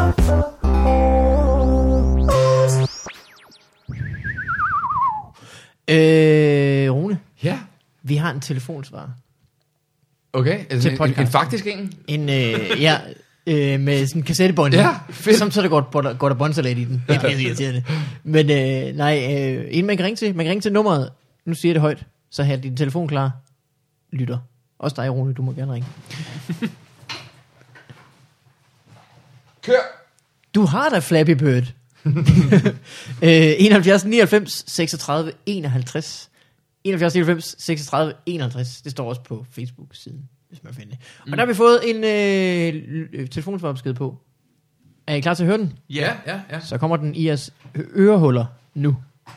Speaker 2: Øh, Rune,
Speaker 3: Ja.
Speaker 2: vi har en telefonsvarer.
Speaker 3: Okay, altså
Speaker 2: Til
Speaker 3: en, en, en
Speaker 2: podcast.
Speaker 3: faktisk en.
Speaker 2: En, øh, ja, øh, med sådan en kassettebånd.
Speaker 3: Ja, fedt.
Speaker 2: Som så der går, går, der, går der båndsalat i den. Det er pisse irriterende. Men øh, nej, øh, en man kan ringe til. Man kan ringe til nummeret. Nu siger jeg det højt. Så har din telefon klar. Lytter. Også dig, Rune, du må gerne ringe.
Speaker 3: Kør.
Speaker 2: Du har da Flappy Bird. øh, enoghalvfjerds nioghalvfems seksogtredive enoghalvtreds. enoghalvfjerds nioghalvfems seksogtredive enoghalvtreds. Det står også på Facebook-siden, hvis man finder det. Og mm. der har vi fået en øh, telefonsvarbesked på. Er I klar til at høre den?
Speaker 3: Ja, ja, ja.
Speaker 2: Så kommer den i jeres ørehuller nu.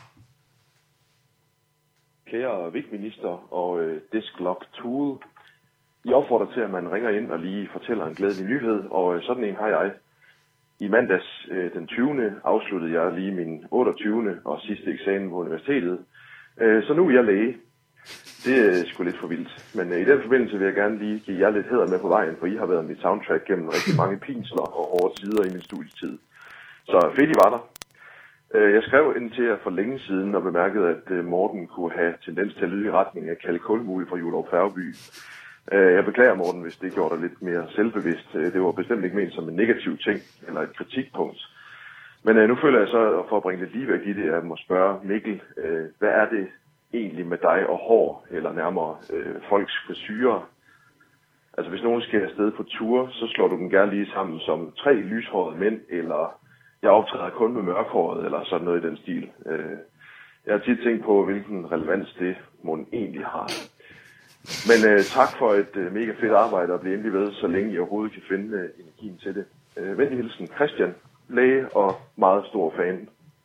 Speaker 5: Kære Vigminister og øh, Disklock Tool, I opfordrer til, at man ringer ind og lige fortæller en glædelig nyhed, og øh, sådan en har jeg. I mandags øh, den tyvende afsluttede jeg lige min otteogtyvende og sidste eksamen på universitetet. Øh, så nu er jeg læge. Det er sgu lidt for vildt. Men øh, i den forbindelse vil jeg gerne lige give jer lidt hæder med på vejen, for I har været mit soundtrack gennem rigtig mange pinsler og hårde tider i min studietid. Så fedt, I var der. Øh, jeg skrev ind til jer for længe siden og bemærkede, at øh, Morten kunne have tendens til at lyde i retning af Kalle Kulmul fra Julov Færgeby. Øh, jeg beklager, Morten, hvis det gjorde dig lidt mere selvbevidst. Øh, det var bestemt ikke ment som en negativ ting eller et kritikpunkt. Men øh, nu føler jeg så, for at bringe lidt ligevægt i det, at jeg må spørge Mikkel, øh, hvad er det egentlig med dig og hår, eller nærmere øh, folks frisyrer? Altså hvis nogen skal afsted på tur, så slår du dem gerne lige sammen som tre lyshårede mænd, eller jeg optræder kun med mørkhåret, eller sådan noget i den stil. Øh, jeg har tit tænkt på, hvilken relevans det må egentlig har. Men øh, tak for et øh, mega fedt arbejde, og bliv endelig ved, så længe I overhovedet kan finde øh, energien til det. Øh, venlig hilsen, Christian, læge og meget stor fan.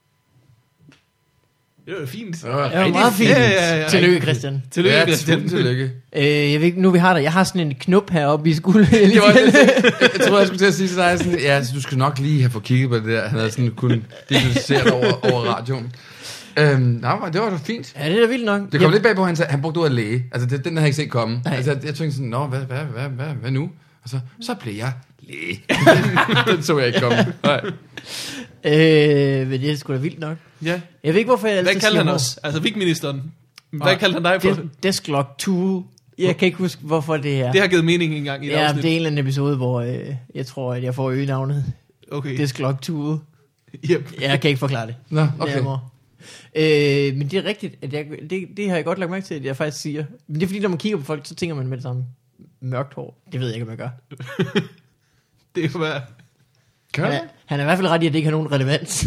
Speaker 1: Det var fint.
Speaker 2: Det var meget fint.
Speaker 1: Ja, ja, ja.
Speaker 2: Tillykke, Christian.
Speaker 1: Tillykke,
Speaker 3: Ja,
Speaker 1: Christian.
Speaker 3: tillykke.
Speaker 2: Øh, jeg ved ikke, nu vi har dig. Jeg har sådan en knop heroppe i skulderen.
Speaker 3: Det var det, jeg, jeg tror, jeg skulle til at sige til dig sådan, ja, altså, du skal nok lige have fået kigget på det der. Han havde sådan kun digitaliseret over, over radioen. Øhm, nej, det var da fint.
Speaker 2: Ja, det er da vildt nok.
Speaker 3: Det kom Jamen. lidt bag på, han sagde, han brugte ordet læge. Altså, det, den havde jeg ikke set komme.
Speaker 2: Nej.
Speaker 3: Altså, jeg, jeg tænkte sådan, nå, hvad, hvad, hvad, hvad, hvad nu? Og så, så blev jeg læge. Den så jeg ikke komme. Nej.
Speaker 2: Øh, men det er sgu da vildt nok.
Speaker 1: Ja.
Speaker 2: Jeg ved ikke, hvorfor jeg altid
Speaker 1: Hvad kaldte han
Speaker 2: siger
Speaker 1: os? Altså, vigministeren. Hvad
Speaker 2: Nej.
Speaker 1: kaldte han dig for?
Speaker 2: Des- Desklock to. Jeg kan ikke huske, hvorfor det er.
Speaker 1: Det har givet mening engang i et
Speaker 2: Ja,
Speaker 1: afsnit.
Speaker 2: det er en eller anden episode, hvor øh, jeg tror, at jeg får øgenavnet.
Speaker 1: Okay.
Speaker 2: Desklock to.
Speaker 1: Yep.
Speaker 2: Jeg kan ikke forklare det.
Speaker 3: Nå, okay.
Speaker 2: Nærmere. Øh, men det er rigtigt, at jeg, det, det har jeg godt lagt mærke til, at jeg faktisk siger. Men det er fordi, når man kigger på folk, så tænker man med det samme. Mørkt hår. Det ved jeg ikke, om jeg gør.
Speaker 1: Det er jo bare...
Speaker 3: Gør
Speaker 2: Han er, han er i hvert fald ret i, at det ikke har nogen relevans.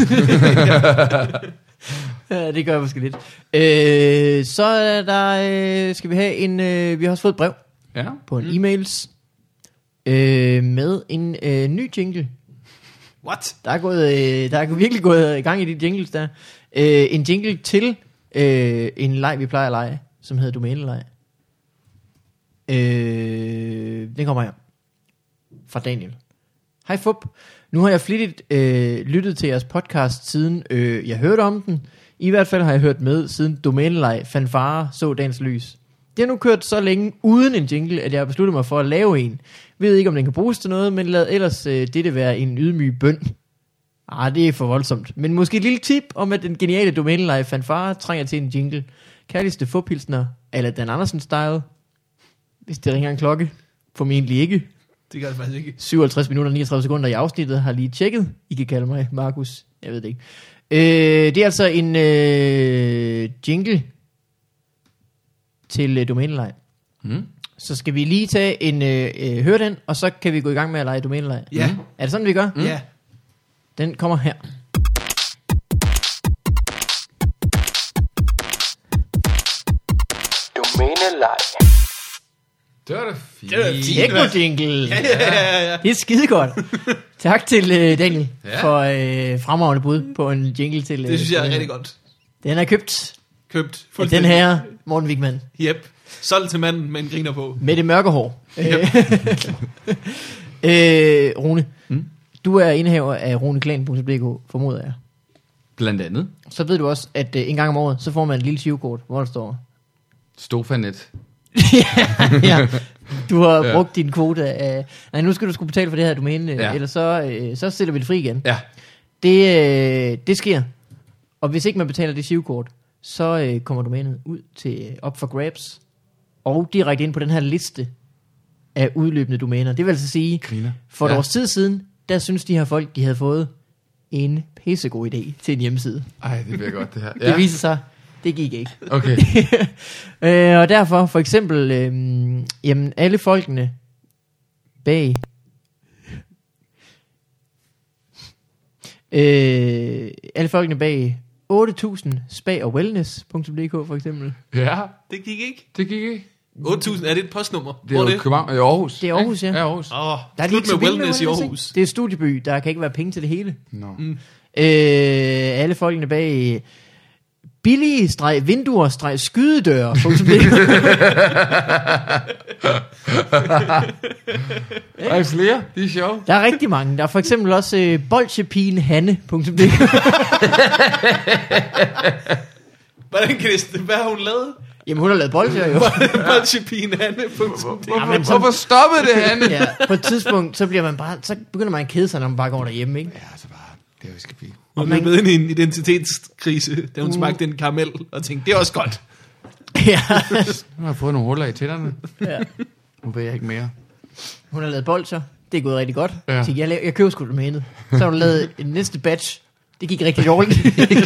Speaker 2: Ja, det gør jeg måske lidt. Øh, så er der, øh, skal vi have en, øh, vi har også fået et brev
Speaker 3: Ja.
Speaker 2: på en mm. e-mails øh, med en øh, ny jingle.
Speaker 1: What?
Speaker 2: Der er, gået, øh, der er virkelig gået i gang i de jingles der. Øh, en jingle til øh, en leg, vi plejer at lege, som hedder domæneleg. Øh, den kommer her. Fra Daniel. Hej Fup. Nu har jeg flittigt øh, lyttet til jeres podcast, siden øh, jeg hørte om den. I hvert fald har jeg hørt med, siden domæneleg fanfare så dagens lys. Det har nu kørt så længe uden en jingle, at jeg har besluttet mig for at lave en. Ved ikke, om den kan bruges til noget, men lad ellers øh, dette være en ydmyg bøn. Ah, det er for voldsomt. Men måske et lille tip om, at den geniale domæneleg fanfare trænger til en jingle. Kærligste Fup-hilsner, eller Dan Andersen-style. Hvis det ringer en klokke. Formentlig ikke.
Speaker 1: Det gør det faktisk ikke.
Speaker 2: syvoghalvtreds minutter og niogtredive sekunder i afsnittet har lige tjekket. I kan kalde mig Markus. Jeg ved det ikke. Øh, det er altså en øh, jingle til øh, domæneleg.
Speaker 3: Mm.
Speaker 2: Så skal vi lige tage en øh, øh, høre den, og så kan vi gå i gang med at lege domæneleg.
Speaker 1: Ja.
Speaker 2: Mm. Er det sådan, vi gør?
Speaker 1: Mm. Ja.
Speaker 2: Den kommer her.
Speaker 6: Domæneleg.
Speaker 3: Det var da fint.
Speaker 1: Det var da fint.
Speaker 2: Techno-jingle.
Speaker 1: Ja, ja, ja, ja.
Speaker 2: Det er skide godt. Tak til øh, Daniel
Speaker 3: Ja.
Speaker 2: for øh, fremragende bud på en jingle til. Øh,
Speaker 1: Det synes jeg er
Speaker 2: til-
Speaker 1: rigtig godt.
Speaker 2: Den er købt
Speaker 1: Købt.
Speaker 2: af den her Morten Wigman
Speaker 1: Yep. Solgt til manden med en griner på.
Speaker 2: med det mørke hår.
Speaker 1: Yep.
Speaker 2: øh, Rune,
Speaker 3: Mm.
Speaker 2: du er indehaver af runeklan punktum d k, formoder jeg.
Speaker 3: Blandt andet.
Speaker 2: Så ved du også, at øh, en gang om året, så får man et lille sivkort, hvor der står...
Speaker 3: Stofanet.
Speaker 2: ja, du har
Speaker 3: Ja.
Speaker 2: brugt din kvote af... Nej, nu skal du skulle betale for det her domæne,
Speaker 3: Ja.
Speaker 2: ja. Ellers så, øh, så stiller vi det fri igen.
Speaker 3: Ja.
Speaker 2: Det, øh, det sker. Og hvis ikke man betaler det sivkort, så øh, kommer domænet ud til op for grabs. Og direkte ind på den her liste af udløbende domæner. Det vil altså sige,
Speaker 3: Griner.
Speaker 2: for et
Speaker 3: Ja.
Speaker 2: års tid siden, der synes de her folk, de havde fået en pissegod idé til en hjemmeside.
Speaker 3: Ej, det bliver godt det her.
Speaker 2: Ja. Det viser sig, det gik ikke.
Speaker 3: Okay.
Speaker 2: øh, og derfor, for eksempel, øh, jamen alle folkene bag... Øh, alle folkene bag otte tusind spa og wellness punktum d k for eksempel.
Speaker 3: Ja,
Speaker 1: Det gik ikke.
Speaker 3: det gik ikke.
Speaker 1: otte tusind, er det et postnummer?
Speaker 3: Det
Speaker 1: Hvor
Speaker 3: er
Speaker 1: er
Speaker 3: jo København, i Aarhus.
Speaker 2: Det er Aarhus, ja.
Speaker 3: Ja, Aarhus.
Speaker 1: Åh,
Speaker 2: Der er
Speaker 1: slut
Speaker 2: lige så
Speaker 1: med
Speaker 2: vildt
Speaker 1: wellness i
Speaker 2: wellness,
Speaker 1: Aarhus.
Speaker 2: ikke? Det er studieby, der kan ikke være penge til det hele.
Speaker 3: No.
Speaker 1: Mm.
Speaker 2: Øh, alle folkene bag billige streg vinduer streg skydedøre punktum d k
Speaker 3: Der er flere, de er sjove.
Speaker 2: Der er rigtig mange. Der er for eksempel også øh, bolsjepigenhanne punktum d k.
Speaker 1: Hvordan kan det, hvad har hun lavet?
Speaker 2: Jamen, hun har lavet bolsjer jo.
Speaker 1: bolsjepigenhanne punktum d k.
Speaker 3: Hvorfor, hvorfor stoppede det, Hanne?
Speaker 2: Ja, på et tidspunkt, så bliver man bare, så begynder man at kede sig, når man bare går derhjemme, ikke?
Speaker 3: Ja, så bare, det er jo skal blive.
Speaker 1: Hun er med ind i en identitetskrise, da hun uh. smagte en karamel, og tænkte, det er også godt.
Speaker 2: Ja.
Speaker 3: Nu har jeg fået nogle huller i tænderne.
Speaker 2: Ja.
Speaker 3: Nu ved jeg ikke mere.
Speaker 2: Hun har lavet bolsjer. Det er gået rigtig godt.
Speaker 3: Ja.
Speaker 2: Så jeg, jeg køber sgu det med hende. Så har hun lavet en næste batch. Det gik rigtig dårligt.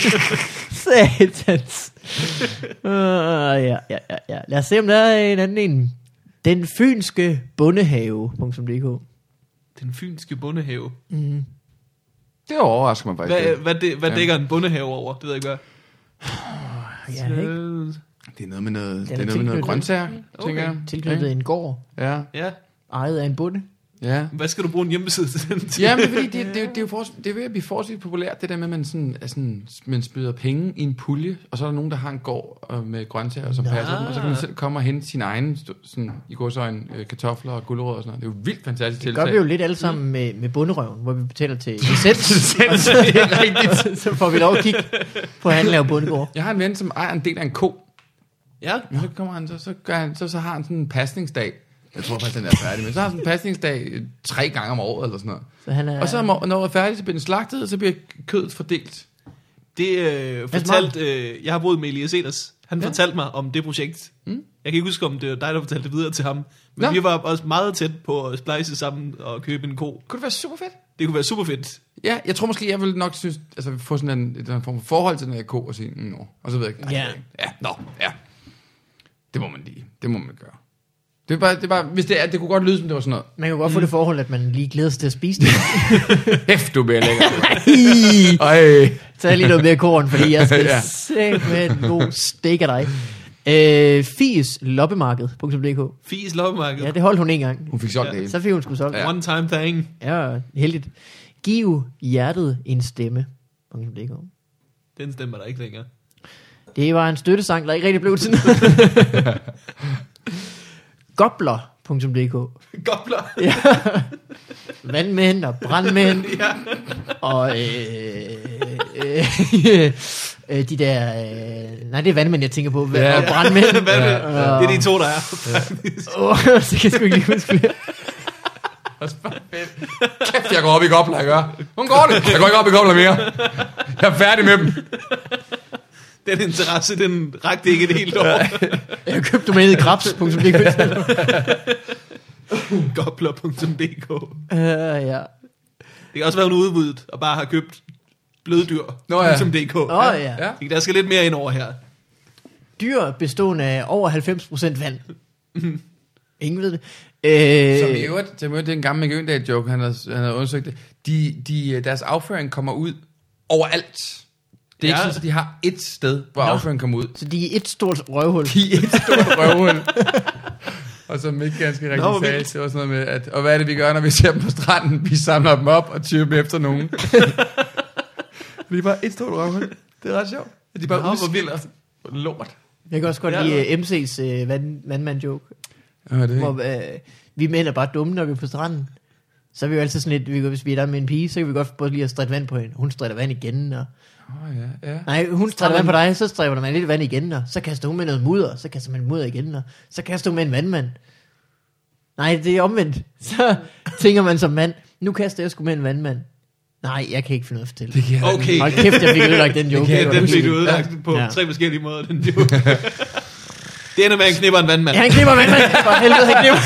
Speaker 2: Satans. Uh, ja, ja, ja, ja. Lad os se, om der er en anden en. Den fynske bondehave punktum d k.
Speaker 1: Den fynske bondehave.
Speaker 2: Mm.
Speaker 3: Det overrasker mig faktisk.
Speaker 1: Hvad, hvad, det, hvad dækker en bondehave over? Det ved jeg ikke, hvad.
Speaker 2: Ja, ikke?
Speaker 3: Det er noget med noget, det
Speaker 2: er
Speaker 3: er noget, med noget grøntsager,
Speaker 1: Okay.
Speaker 3: tænker jeg.
Speaker 2: Tilknyttet
Speaker 3: Ja.
Speaker 2: en gård.
Speaker 3: Ja,
Speaker 1: Ja.
Speaker 2: Ejet af en bonde.
Speaker 3: ja.
Speaker 1: Hvad skal du bruge en hjemmeside til den til?
Speaker 3: Ja, men fordi det, det, det, er jo- det, er jo for, det er ved at blive forholdsvis populært, det der med, at man, sådan, er sådan, man spyder penge i en pulje, og så er der nogen, der har en gård øh, med grøntsager, som
Speaker 2: Nå.
Speaker 3: passer dem, og så kan man selv komme og hente sin egen st- sådan, i godsøjne øh, kartofler og gulerødder og sådan noget. Det er jo vildt fantastisk
Speaker 2: Det gør
Speaker 3: tiltag.
Speaker 2: vi jo lidt alle sammen med, med bonderøven, hvor vi betaler til licens. Og så,
Speaker 3: Det er rigtigt.
Speaker 2: så får vi lov at kigge på, at han laver bondegård.
Speaker 3: Jeg har en ven, som ejer en del af en ko.
Speaker 1: Ja.
Speaker 3: Men så kommer han, så, så, gør han, så, så har han sådan en pasningsdag. Jeg tror faktisk, den er færdig, men så har han sådan en pasningsdag øh, tre gange om året eller sådan noget.
Speaker 2: Så han er,
Speaker 3: Og så når når er færdig, så bliver den slagtet, og så bliver kødet fordelt.
Speaker 1: Det øh, fortalte, øh, jeg har boet med Elias Eders. Han ja. fortalte mig om det projekt. Mm. Jeg kan ikke huske, om det var dig, der fortalte det videre til ham. Men
Speaker 3: Nå.
Speaker 1: vi var også meget tæt på at splice sammen og købe en ko.
Speaker 3: Kunne det være super fedt?
Speaker 1: Det kunne være super fedt.
Speaker 3: Ja, jeg tror måske, jeg vil nok synes, altså få sådan en, en form for forhold til den her ko og sige, mm, nå, og så ved jeg ikke.
Speaker 2: Ja.
Speaker 3: Ja, nå, ja. Det må man lige, det må man gøre. Det er bare, det er bare hvis det er, det kunne godt lyde, som det var sådan noget.
Speaker 2: man kan godt få det forhold, at man lige glæder sig til at spise det.
Speaker 3: Hæft, du bliver lækker.
Speaker 2: Ej.
Speaker 3: Ej.
Speaker 2: Tag lige noget mere korn, fordi jeg skal
Speaker 3: Ja.
Speaker 2: ja. se med en god stik af dig. Øh, Fies loppemarked punktum d k.
Speaker 1: Fies loppemarked.
Speaker 2: Ja, det holdt hun en gang.
Speaker 3: Hun fik solgt det hele.
Speaker 2: Så fik hun sgu solgt.
Speaker 3: Ja.
Speaker 2: Ja.
Speaker 1: One time thing.
Speaker 2: ja, heldigt. Giv hjertet en stemme punktum d k.
Speaker 1: Den stemmer der ikke længere.
Speaker 2: Det var en støttesang, der ikke rigtig blev til noget. Gobler punktum d k.
Speaker 1: Gobler.
Speaker 2: Ja. Vandmænd og brandmænd.
Speaker 1: Ja.
Speaker 2: Og øh, øh, øh, de der... Øh, nej, det er vandmænd, jeg tænker på.
Speaker 3: Ja.
Speaker 2: Og brandmænd.
Speaker 1: Hvad er det?
Speaker 2: Ja.
Speaker 1: Det er de to, der er.
Speaker 2: Åh, så kan jeg sgu ikke lige huske flere.
Speaker 3: Kæft, jeg går op i gobler, jeg gør. Hun går det. Jeg går ikke op i gobler mere. Jeg er færdig med dem.
Speaker 1: Den interesse, den rakte ikke et helt år.
Speaker 2: Jeg har købt domænet krabs punktum d k.
Speaker 1: Gobler punktum d k.
Speaker 2: Uh, ja.
Speaker 1: Det kan også være, hun er udbuddet og bare har købt bløddyr
Speaker 3: Nå ja.
Speaker 1: punktum d k.
Speaker 2: Åh, oh, ja.
Speaker 3: Ja.
Speaker 1: Der skal lidt mere ind over her.
Speaker 2: Dyr bestående af over halvfems procent vand. Ingen ved det. Øh,
Speaker 3: Som i øvrigt, som i øvrigt, det er en gammel McGøndal joke, han har, han har undersøgt det. De, de, deres afføring kommer ud overalt. Det er
Speaker 1: Ja.
Speaker 3: ikke sådan, at de har et sted, hvor
Speaker 2: Nå.
Speaker 3: afføring kommer ud.
Speaker 2: Så de er et stort røvhul.
Speaker 3: De er et stort røvhul. Og som ikke ganske
Speaker 1: Nå,
Speaker 3: rigtigt
Speaker 1: hvor
Speaker 3: sagde,
Speaker 1: vildt.
Speaker 3: det var sådan noget med, at, og hvad er det, vi gør, når vi ser dem på stranden? Vi samler dem op og tyrer dem efter nogen. Det er bare et stort røvhul. Det er ret sjovt. At de bare
Speaker 1: Nå, hvor
Speaker 3: udskiller lort.
Speaker 2: Jeg kan også godt
Speaker 1: Ja,
Speaker 2: lide uh, M C's uh, vand, vandmand-joke.
Speaker 3: Ja, det er
Speaker 2: Hvor uh, vi mænd er bare dumme, når vi er på stranden. Så er vi jo altid sådan lidt, vi, hvis vi er der med en pige, så kan vi godt både lige at strætte vand på hende. Hun strætter vand igen. Og...
Speaker 3: oh, ja, ja.
Speaker 2: Nej, hun strætter vand på dig, så strætter man lidt vand igen. Og så kaster hun med noget mudder, så kaster man mudder igen. Og så kaster hun med en vandmand. Nej, det er omvendt. Så tænker man som mand, nu kaster jeg sgu med en vandmand. Nej, jeg kan ikke finde noget at fortælle.
Speaker 3: Det kan jeg
Speaker 1: Okay.
Speaker 2: Hold kæft, jeg fik ødelagt den joke.
Speaker 1: Okay,
Speaker 2: Det var
Speaker 1: den
Speaker 2: helt
Speaker 1: fik du
Speaker 2: vildt.
Speaker 1: udlagt på
Speaker 2: Ja.
Speaker 1: tre forskellige måder, den joke. Det ender med, at han knipper en vandmand.
Speaker 2: Ja, han knipper vandmand. For helvede, han knipper.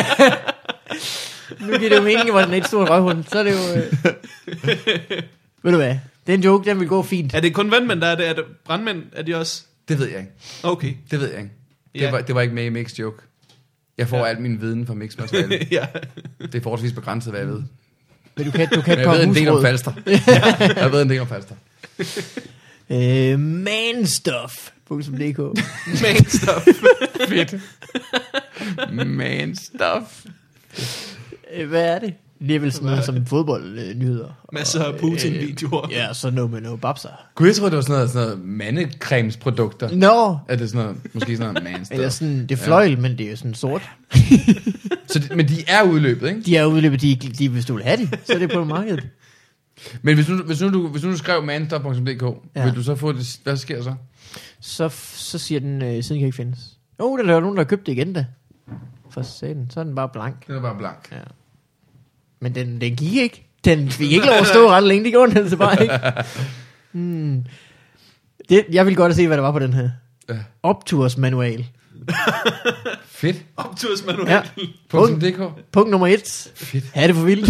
Speaker 2: Nu giver det jo mening, hvor den er et stort røvhul. Så er det jo... Øh... Ved du hvad? Den joke, den vil gå fint.
Speaker 1: Er det kun vandmænd, der er det? Er det brandmænd? Er de også?
Speaker 3: Det ved jeg ikke.
Speaker 1: Okay.
Speaker 3: Det ved jeg ikke. Det,
Speaker 1: Ja.
Speaker 3: var, det var ikke med i Mix Joke. Jeg får ja. al min viden fra Mix Materiale.
Speaker 1: Ja.
Speaker 3: Det er forholdsvis begrænset, hvad jeg ved.
Speaker 2: Men du kan, du kan
Speaker 3: Men jeg ved en del om
Speaker 2: husråd.
Speaker 3: Falster. Jeg ved en del om Falster.
Speaker 2: Øh, manstuff punktum d k.
Speaker 1: Man stuff.
Speaker 3: Fedt. Man stuff.
Speaker 2: Øh, Hvad er det? Det er vel sådan noget som fodboldnyheder.
Speaker 1: Masser af Putin-videoer.
Speaker 2: Ja, så noget med noget babser.
Speaker 3: Gud, jeg tror, det var sådan noget, sådan noget mandecremesprodukter.
Speaker 2: Nå,
Speaker 3: Er det sådan noget, måske sådan noget man stuff?
Speaker 2: eller sådan, det er fløjl, ja. Men det er jo sådan sort.
Speaker 3: Så de, men de er udløbet, ikke?
Speaker 2: De er udløbet, de, de, hvis du vil have det, så er det på markedet.
Speaker 3: Men hvis nu, hvis nu, du, hvis nu du skrev manstop punktum d k,
Speaker 2: Ja.
Speaker 3: vil du så få det, hvad sker så?
Speaker 2: Så, så siger den, øh, siden kan ikke findes. Jo, der er nogen, der har købt det igen da. For satan, så er den bare blank.
Speaker 3: Den er bare blank.
Speaker 2: Ja. Men den, den gik ikke. Den fik ikke lov at stå ret længe, det gjorde den altså bare ikke. Hmm. Det, jeg vil godt at se, hvad der var på den her.
Speaker 3: Ja.
Speaker 2: Opturs manual.
Speaker 3: Fedt.
Speaker 1: Optursmanual.
Speaker 2: Ja.
Speaker 3: Punktum
Speaker 2: Punkt,
Speaker 3: d k.
Speaker 2: punkt nummer et.
Speaker 3: Fedt.
Speaker 2: Ha' det for vildt.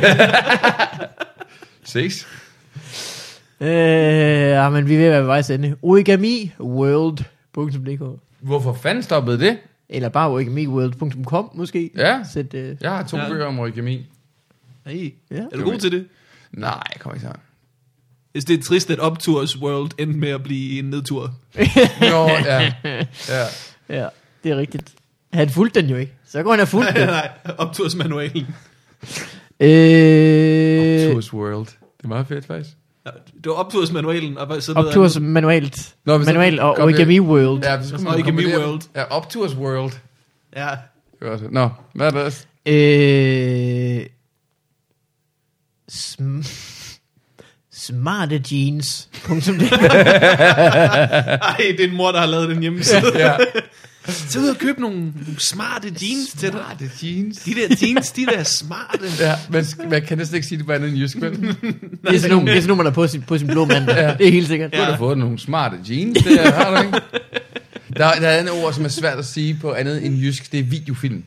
Speaker 3: Ses.
Speaker 2: øh, ja, men vi er ved at være ved vejs ende. Origami world punktum d k.
Speaker 3: Hvorfor fanden stoppede det?
Speaker 2: Eller bare origamiworld punktum com måske.
Speaker 3: Ja.
Speaker 2: Sæt, øh,
Speaker 3: Jeg har to
Speaker 1: Ja.
Speaker 3: bøger om origami.
Speaker 1: Hey.
Speaker 2: Ja.
Speaker 1: Er du god til det?
Speaker 3: Nej, jeg kommer ikke sammen.
Speaker 1: Hvis det er trist, at Opturs World endte med at blive en nedtur.
Speaker 3: Nå, ja. ja.
Speaker 2: Ja, det er rigtigt. Han fulgte den jo ikke. Så går han have fulgt den.
Speaker 1: Nej, Optursmanualen.
Speaker 2: øh,
Speaker 3: Tours World. Det er meget fedt, faktisk.
Speaker 1: Ja, det var Optursmanualen. Og så noget
Speaker 2: Opturs
Speaker 1: andet.
Speaker 2: manualt.
Speaker 3: Nå, hvis
Speaker 2: Manual
Speaker 3: så-
Speaker 2: og
Speaker 3: kom det-
Speaker 2: Origami World.
Speaker 3: Ja, så skulle man
Speaker 1: Origami
Speaker 3: kombinere-
Speaker 1: World.
Speaker 3: Ja, Optours World.
Speaker 1: Ja.
Speaker 3: Det var også- Nå, hvad er det ellers?
Speaker 2: Øh, sm- smarte jeans. Punktum d k.
Speaker 1: Ej, det er en mor, der har lavet den hjemmeside.
Speaker 3: Ja.
Speaker 1: Så ud og købe nogle, nogle smarte jeans til dig.
Speaker 3: Smarte jeans.
Speaker 1: De der jeans, de der er smarte.
Speaker 3: Ja, man, man kan næsten ikke sige det på andet end jysk, vel?
Speaker 2: Det er sådan nogle, det er sådan nogle man har på sin, på sin blå mand. Ja. Det er helt sikkert.
Speaker 3: Du har da fået nogle smarte jeans, det er, har du ikke? Der, der er et ord, som er svært at sige på andet end jysk, det er videofilm.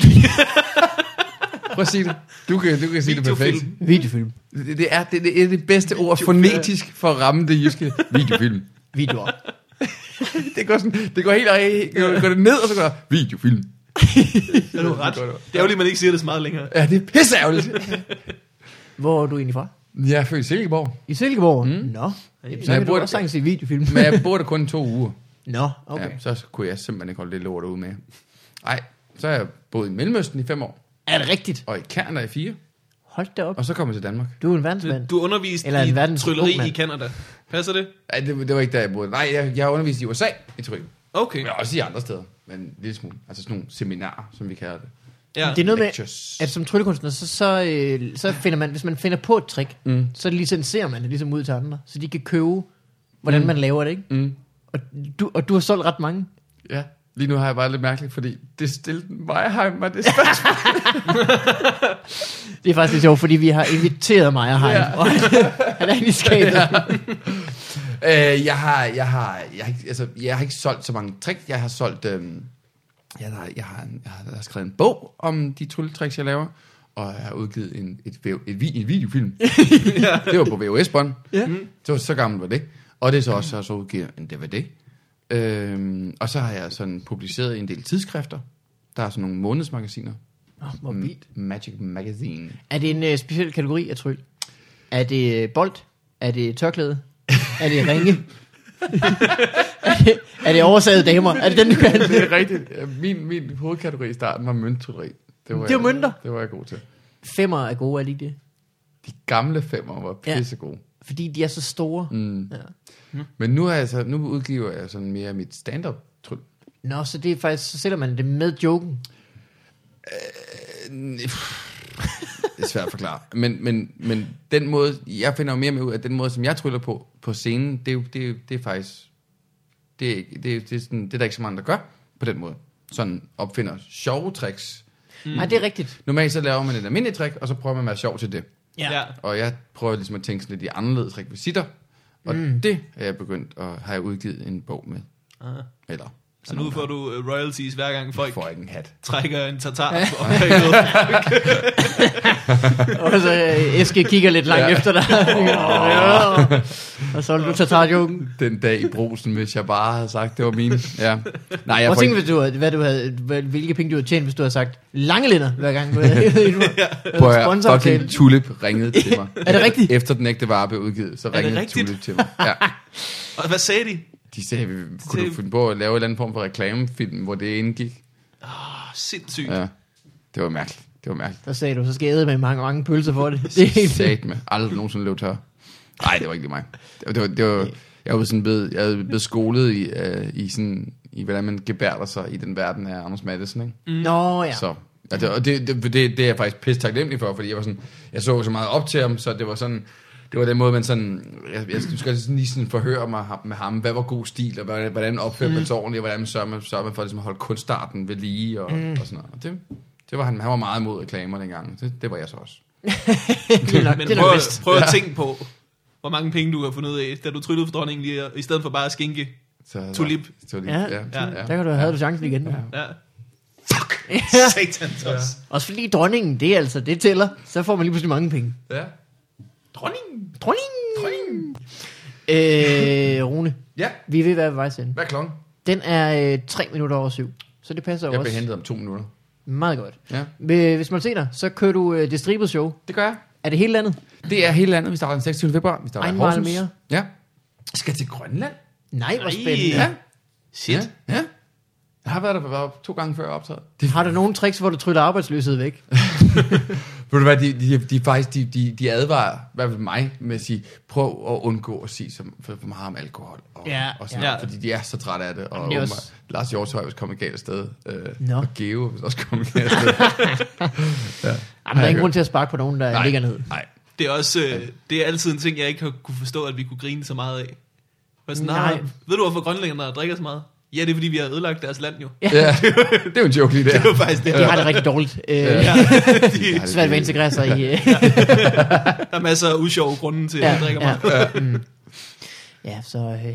Speaker 3: Prøv at sige det. Du kan, du kan sige det perfekt.
Speaker 1: Videofilm.
Speaker 2: Videofilm.
Speaker 3: Det, det, er, det, det er det bedste ord fonetisk for at ramme det jyske. Videofilm.
Speaker 2: Videoer.
Speaker 3: Det går, sådan, det går helt går, går det ned, og så går der videofilm.
Speaker 1: Er du ret? Det er jo lige, man ikke siger det så meget længere.
Speaker 3: Ja, det er pisseærgerligt.
Speaker 2: Hvor er du egentlig fra?
Speaker 3: Jeg er født i Silkeborg,
Speaker 2: I Silkeborg? Mm. Nå. Jamen, så
Speaker 3: jeg
Speaker 2: kan du
Speaker 3: burde-
Speaker 2: også sagtens se videofilm.
Speaker 3: men jeg bor der kun to uger.
Speaker 2: Nå, okay.
Speaker 3: Ja, så kunne jeg simpelthen ikke holde det lort ude med. Nej, så har jeg boet i Mellemøsten i fem år,
Speaker 2: Er det rigtigt?
Speaker 3: og i Canada i fire,
Speaker 2: Hold da op.
Speaker 3: og så kom jeg til Danmark.
Speaker 2: Du er en verdensmand.
Speaker 1: Du underviste
Speaker 2: Eller en
Speaker 1: i
Speaker 2: verdens
Speaker 1: trylleri
Speaker 2: ung mand.
Speaker 1: i Canada. Passer det?
Speaker 3: Nej, det, det var ikke der, jeg boede. Nej, jeg, jeg har undervist i U S A i trylleri.
Speaker 1: Okay.
Speaker 3: Men også i andre steder, men en lille smule. Altså sådan nogle seminarer, som vi kalder det.
Speaker 1: Ja.
Speaker 2: Det er noget med,
Speaker 3: Lectures.
Speaker 2: at som tryllekunstner, så, så, øh, så finder man, hvis man finder på et trick, mm. så licenserer man det ligesom ud til andre, så de kan købe, hvordan mm. man laver det, ikke?
Speaker 3: Mm.
Speaker 2: Og du, og du har solgt ret mange.
Speaker 3: Ja, lige nu har jeg bare lidt mærkeligt, fordi det stillede Meyerheim mig det spørgsmål.
Speaker 2: Det er faktisk lidt sjovt, fordi vi har inviteret Meyerheim,
Speaker 3: Ja.
Speaker 2: ja. og han, han er inde i skabet. Ja.
Speaker 3: øh, jeg, har, jeg, har, jeg, har, ikke- altså, jeg har ikke solgt så mange tricks. Jeg har solgt... Øhm, jeg, har, jeg, har, jeg, har, jeg har skrevet en bog om de trylletricks, jeg laver. Og jeg har udgivet en, et, et, et, et, en videofilm. Ja. Det var på V H S-bånd.
Speaker 2: Ja.
Speaker 3: Det var så gammelt var det. Og det er så også, jeg har så udgivet en D V D. Øhm, og så har jeg sådan publiceret en del tidsskrifter. Der er sådan nogle månedsmagasiner.
Speaker 2: Oh, hvor vildt.
Speaker 3: Magic Magazine.
Speaker 2: Er det en øh, speciel kategori af tryl? Er det øh, bold? Er det tørklæde? Er det ringe? er, det, er det oversaget damer? Er det den, du kan?
Speaker 3: Det er rigtigt. Ja, Min, min hovedkategori i starten var mønttrylleri. Det var,
Speaker 2: Det var
Speaker 3: jeg,
Speaker 2: mønter?
Speaker 3: Det var jeg god til.
Speaker 2: Femmer er gode, er de ikke det?
Speaker 3: De gamle femmer var
Speaker 2: Ja.
Speaker 3: pissegode.
Speaker 2: Fordi de er så store.
Speaker 3: Mm.
Speaker 2: Ja.
Speaker 3: Men nu, er jeg så, nu udgiver jeg sådan mere mit stand-up tryl.
Speaker 2: Nå, så det er faktisk, så sætter man det med joken.
Speaker 3: Det er svært at forklare. Men, men, men den måde, jeg finder jo mere med ud af den måde, som jeg tryller på på scenen, det er jo det, er, det er faktisk, det er, ikke- det, er, det, er sådan, det er der ikke så mange, der gør på den måde. Sådan opfinder sjove tricks.
Speaker 2: Mm. Nej, det er rigtigt.
Speaker 3: Normalt så laver man et almindeligt trick, og så prøver man at være sjov til det.
Speaker 1: Ja.
Speaker 3: Og jeg prøver ligesom at tænke sådan lidt i anderledes rekvisitter. Og mm. det er jeg begyndt, og har jeg udgivet en bog med.
Speaker 1: Aha.
Speaker 3: Eller
Speaker 1: Så nu får du uh, royalties hver gang folk
Speaker 3: får ikke en hat.
Speaker 1: trækker en tartar på omkring.
Speaker 2: Og så øh, Eske kigger lidt langt ja. efter dig. Ja. Og så vil du tage joken.
Speaker 3: Den dag i brusen, hvis jeg bare havde sagt, det var min. Ja. Nej, jeg
Speaker 2: Prøv
Speaker 3: får
Speaker 2: at tænke,
Speaker 3: ikke...
Speaker 2: hvis du havde, hvad du havde, hvad, hvilke penge du havde tjent, hvis du havde sagt langelænder hver gang. Du havde, du
Speaker 3: Prøv at
Speaker 2: sponsoraftale.
Speaker 3: fucking Tulip ringede til mig.
Speaker 2: Er det rigtigt?
Speaker 3: Efter den ægte vare blev udgivet, så
Speaker 1: det
Speaker 3: ringede
Speaker 1: rigtigt?
Speaker 3: Tulip til mig. Ja.
Speaker 1: Og hvad sagde de?
Speaker 3: De sagde, kunne du finde på at lave en eller anden form for reklamefilm, hvor det indgik?
Speaker 1: Oh, sindssygt.
Speaker 3: Ja. Det var mærkeligt. Det var mærkeligt.
Speaker 2: Der sagde du, så skal jeg æde med mange, mange pølser for det. Det er helt
Speaker 3: Sat med. Aldrig nogensinde løb tør. Nej, det var ikke lige mig. Det var, det var, det var, jeg var sådan blevet, jeg havde blevet skolet i, uh, i, sådan, i, hvordan man gebærder sig i den verden af Anders Madsen, ikke?
Speaker 2: Mm. Nå ja.
Speaker 3: Så Ja, det, og det, det, det, det er jeg faktisk pisse taknemmelig for, fordi jeg var sådan, jeg så så meget op til ham, så det var sådan, det var den måde, man sådan, jeg, jeg skal sådan lige sådan forhøre mig med ham, hvad var god stil, og hvordan, hvordan opførte man sig ordentligt, og hvordan sørger man, sørger man for ligesom at holde kunstarten ved lige, og, mm. og sådan noget. Og det, det var han, han var meget imod reklamer dengang, det, det var jeg så også.
Speaker 1: det er nok, Men det er prøv, at, prøv at ja. tænke på, hvor mange penge du har fundet ud af, da du tryllede for dronningen lige, i stedet for bare at skinke så, tulip.
Speaker 3: tulip.
Speaker 2: Ja, ja, ja. Der kan du have ja. du chancen igen.
Speaker 1: Ja. ja. Fuck! Satan ja.
Speaker 2: Også fordi dronningen, det er altså, det tæller, så får man lige pludselig mange penge.
Speaker 3: Ja.
Speaker 2: Dronningen! Dronningen! Dronningen! Øh, Rune.
Speaker 3: Ja?
Speaker 2: Vi ved, hvad er vej sende.
Speaker 3: Hvad er klokken?
Speaker 2: Den er øh, tre minutter over syv, så det passer jo også.
Speaker 3: Jeg bliver hentet om to minutter.
Speaker 2: Meget godt.
Speaker 3: Ja.
Speaker 2: Hvis man ser dig, så kører du øh, det stribede show.
Speaker 3: Det gør jeg.
Speaker 2: Er det hele landet?
Speaker 3: Det er hele landet. Vi starter den seksogtyvende februar. Vi starter
Speaker 2: i Horsens. mere.
Speaker 3: Ja. Skal til Grønland.
Speaker 2: Nej, hvor spændende.
Speaker 3: Ja.
Speaker 1: Shit.
Speaker 3: Ja. ja. Jeg har været der for to gange før optaget.
Speaker 2: Det... Har du nogle tricks, hvor du tryller arbejdsløshed væk?
Speaker 3: Ved du hvad, de, de, de, faktisk, de, de, de advarer, i hvert fald mig, med at sige, prøv at undgå at sige for, for meget om alkohol. Og,
Speaker 2: ja,
Speaker 3: og sådan
Speaker 2: ja.
Speaker 3: noget, fordi de er så trætte af det. Og
Speaker 2: det
Speaker 3: også... Lars Hjortøj vil komme galt afsted. Øh,
Speaker 2: no.
Speaker 3: Og Geo vil også komme galt afsted.
Speaker 2: ja. Jamen, der er ingen grund til at sparke på nogen, der
Speaker 3: nej,
Speaker 2: ligger ned.
Speaker 3: Nej.
Speaker 1: Det er også øh, det er altid en ting, jeg ikke har kunne forstå, at vi kunne grine så meget af. Sådan,
Speaker 2: nej.
Speaker 1: Ved du, hvorfor grønlænderne drikker så meget? Ja, det er fordi, vi har ødelagt deres land jo.
Speaker 3: Ja, det er jo en joke lige der.
Speaker 1: Det er jo faktisk det.
Speaker 2: De har det rigtig dårligt. Øh, ja. de, svært ved at integrere sig i...
Speaker 1: ja. Der er masser af usjove grunde til, ja, at drikke meget.
Speaker 2: Ja, ja. Mm. ja så... Øh...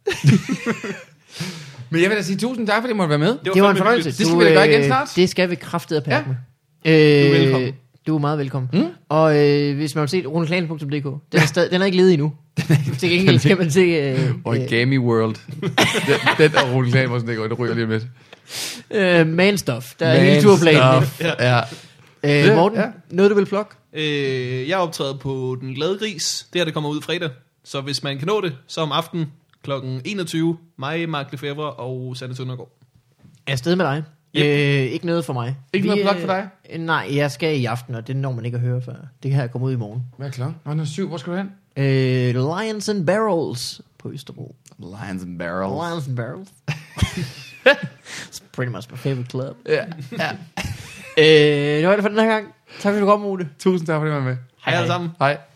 Speaker 3: Men jeg vil da sige tusind tak, fordi du måtte være med.
Speaker 2: Det var, det var en fornøjelse.
Speaker 3: Det skal vi da gøre igen snart.
Speaker 2: Det skal vi kraftedeme pakke
Speaker 3: ja.
Speaker 2: med. Øh,
Speaker 1: du er velkommen.
Speaker 2: Du er meget velkommen.
Speaker 3: Mm.
Speaker 2: Og øh, hvis man vil se runeklagen punktum d k, den er, stadig, den er ikke ledig endnu. Til gengæld skal man se... Øh,
Speaker 3: Origami World. den den og runeklagen punktum d k, det ryger lige med.
Speaker 2: Øh, man stuff. Der er hele turplanen.
Speaker 3: Ja.
Speaker 2: Øh, Morten, ja. Noget du vil plukke?
Speaker 1: Øh, jeg optræder på Den Glade Gris. Det her, det kommer ud fredag. Så hvis man kan nå det, så om aftenen klokken enogtyve. Mig, Mark Lefebvre og Sanne Søndergaard.
Speaker 2: Jeg er afsted med dig. Yep. Øh, ikke noget for mig.
Speaker 3: Ikke noget plot for dig?
Speaker 2: Øh, nej, jeg skal i aften, og det når man ikke at høre før. Det kan jeg komme ud i morgen.
Speaker 3: Hvad er klokken? Nå, den er syv. Hvor skal du hen?
Speaker 2: Øh, Lions and Barrels på Østerbro.
Speaker 3: Lions and Barrels.
Speaker 2: Lions and Barrels. It's pretty much my favorite club.
Speaker 3: Ja. ja.
Speaker 2: øh, det var det for den her gang. Tak fordi du kom, Rune.
Speaker 3: Tusind tak fordi du var med.
Speaker 1: Hej alle sammen.
Speaker 3: Hej.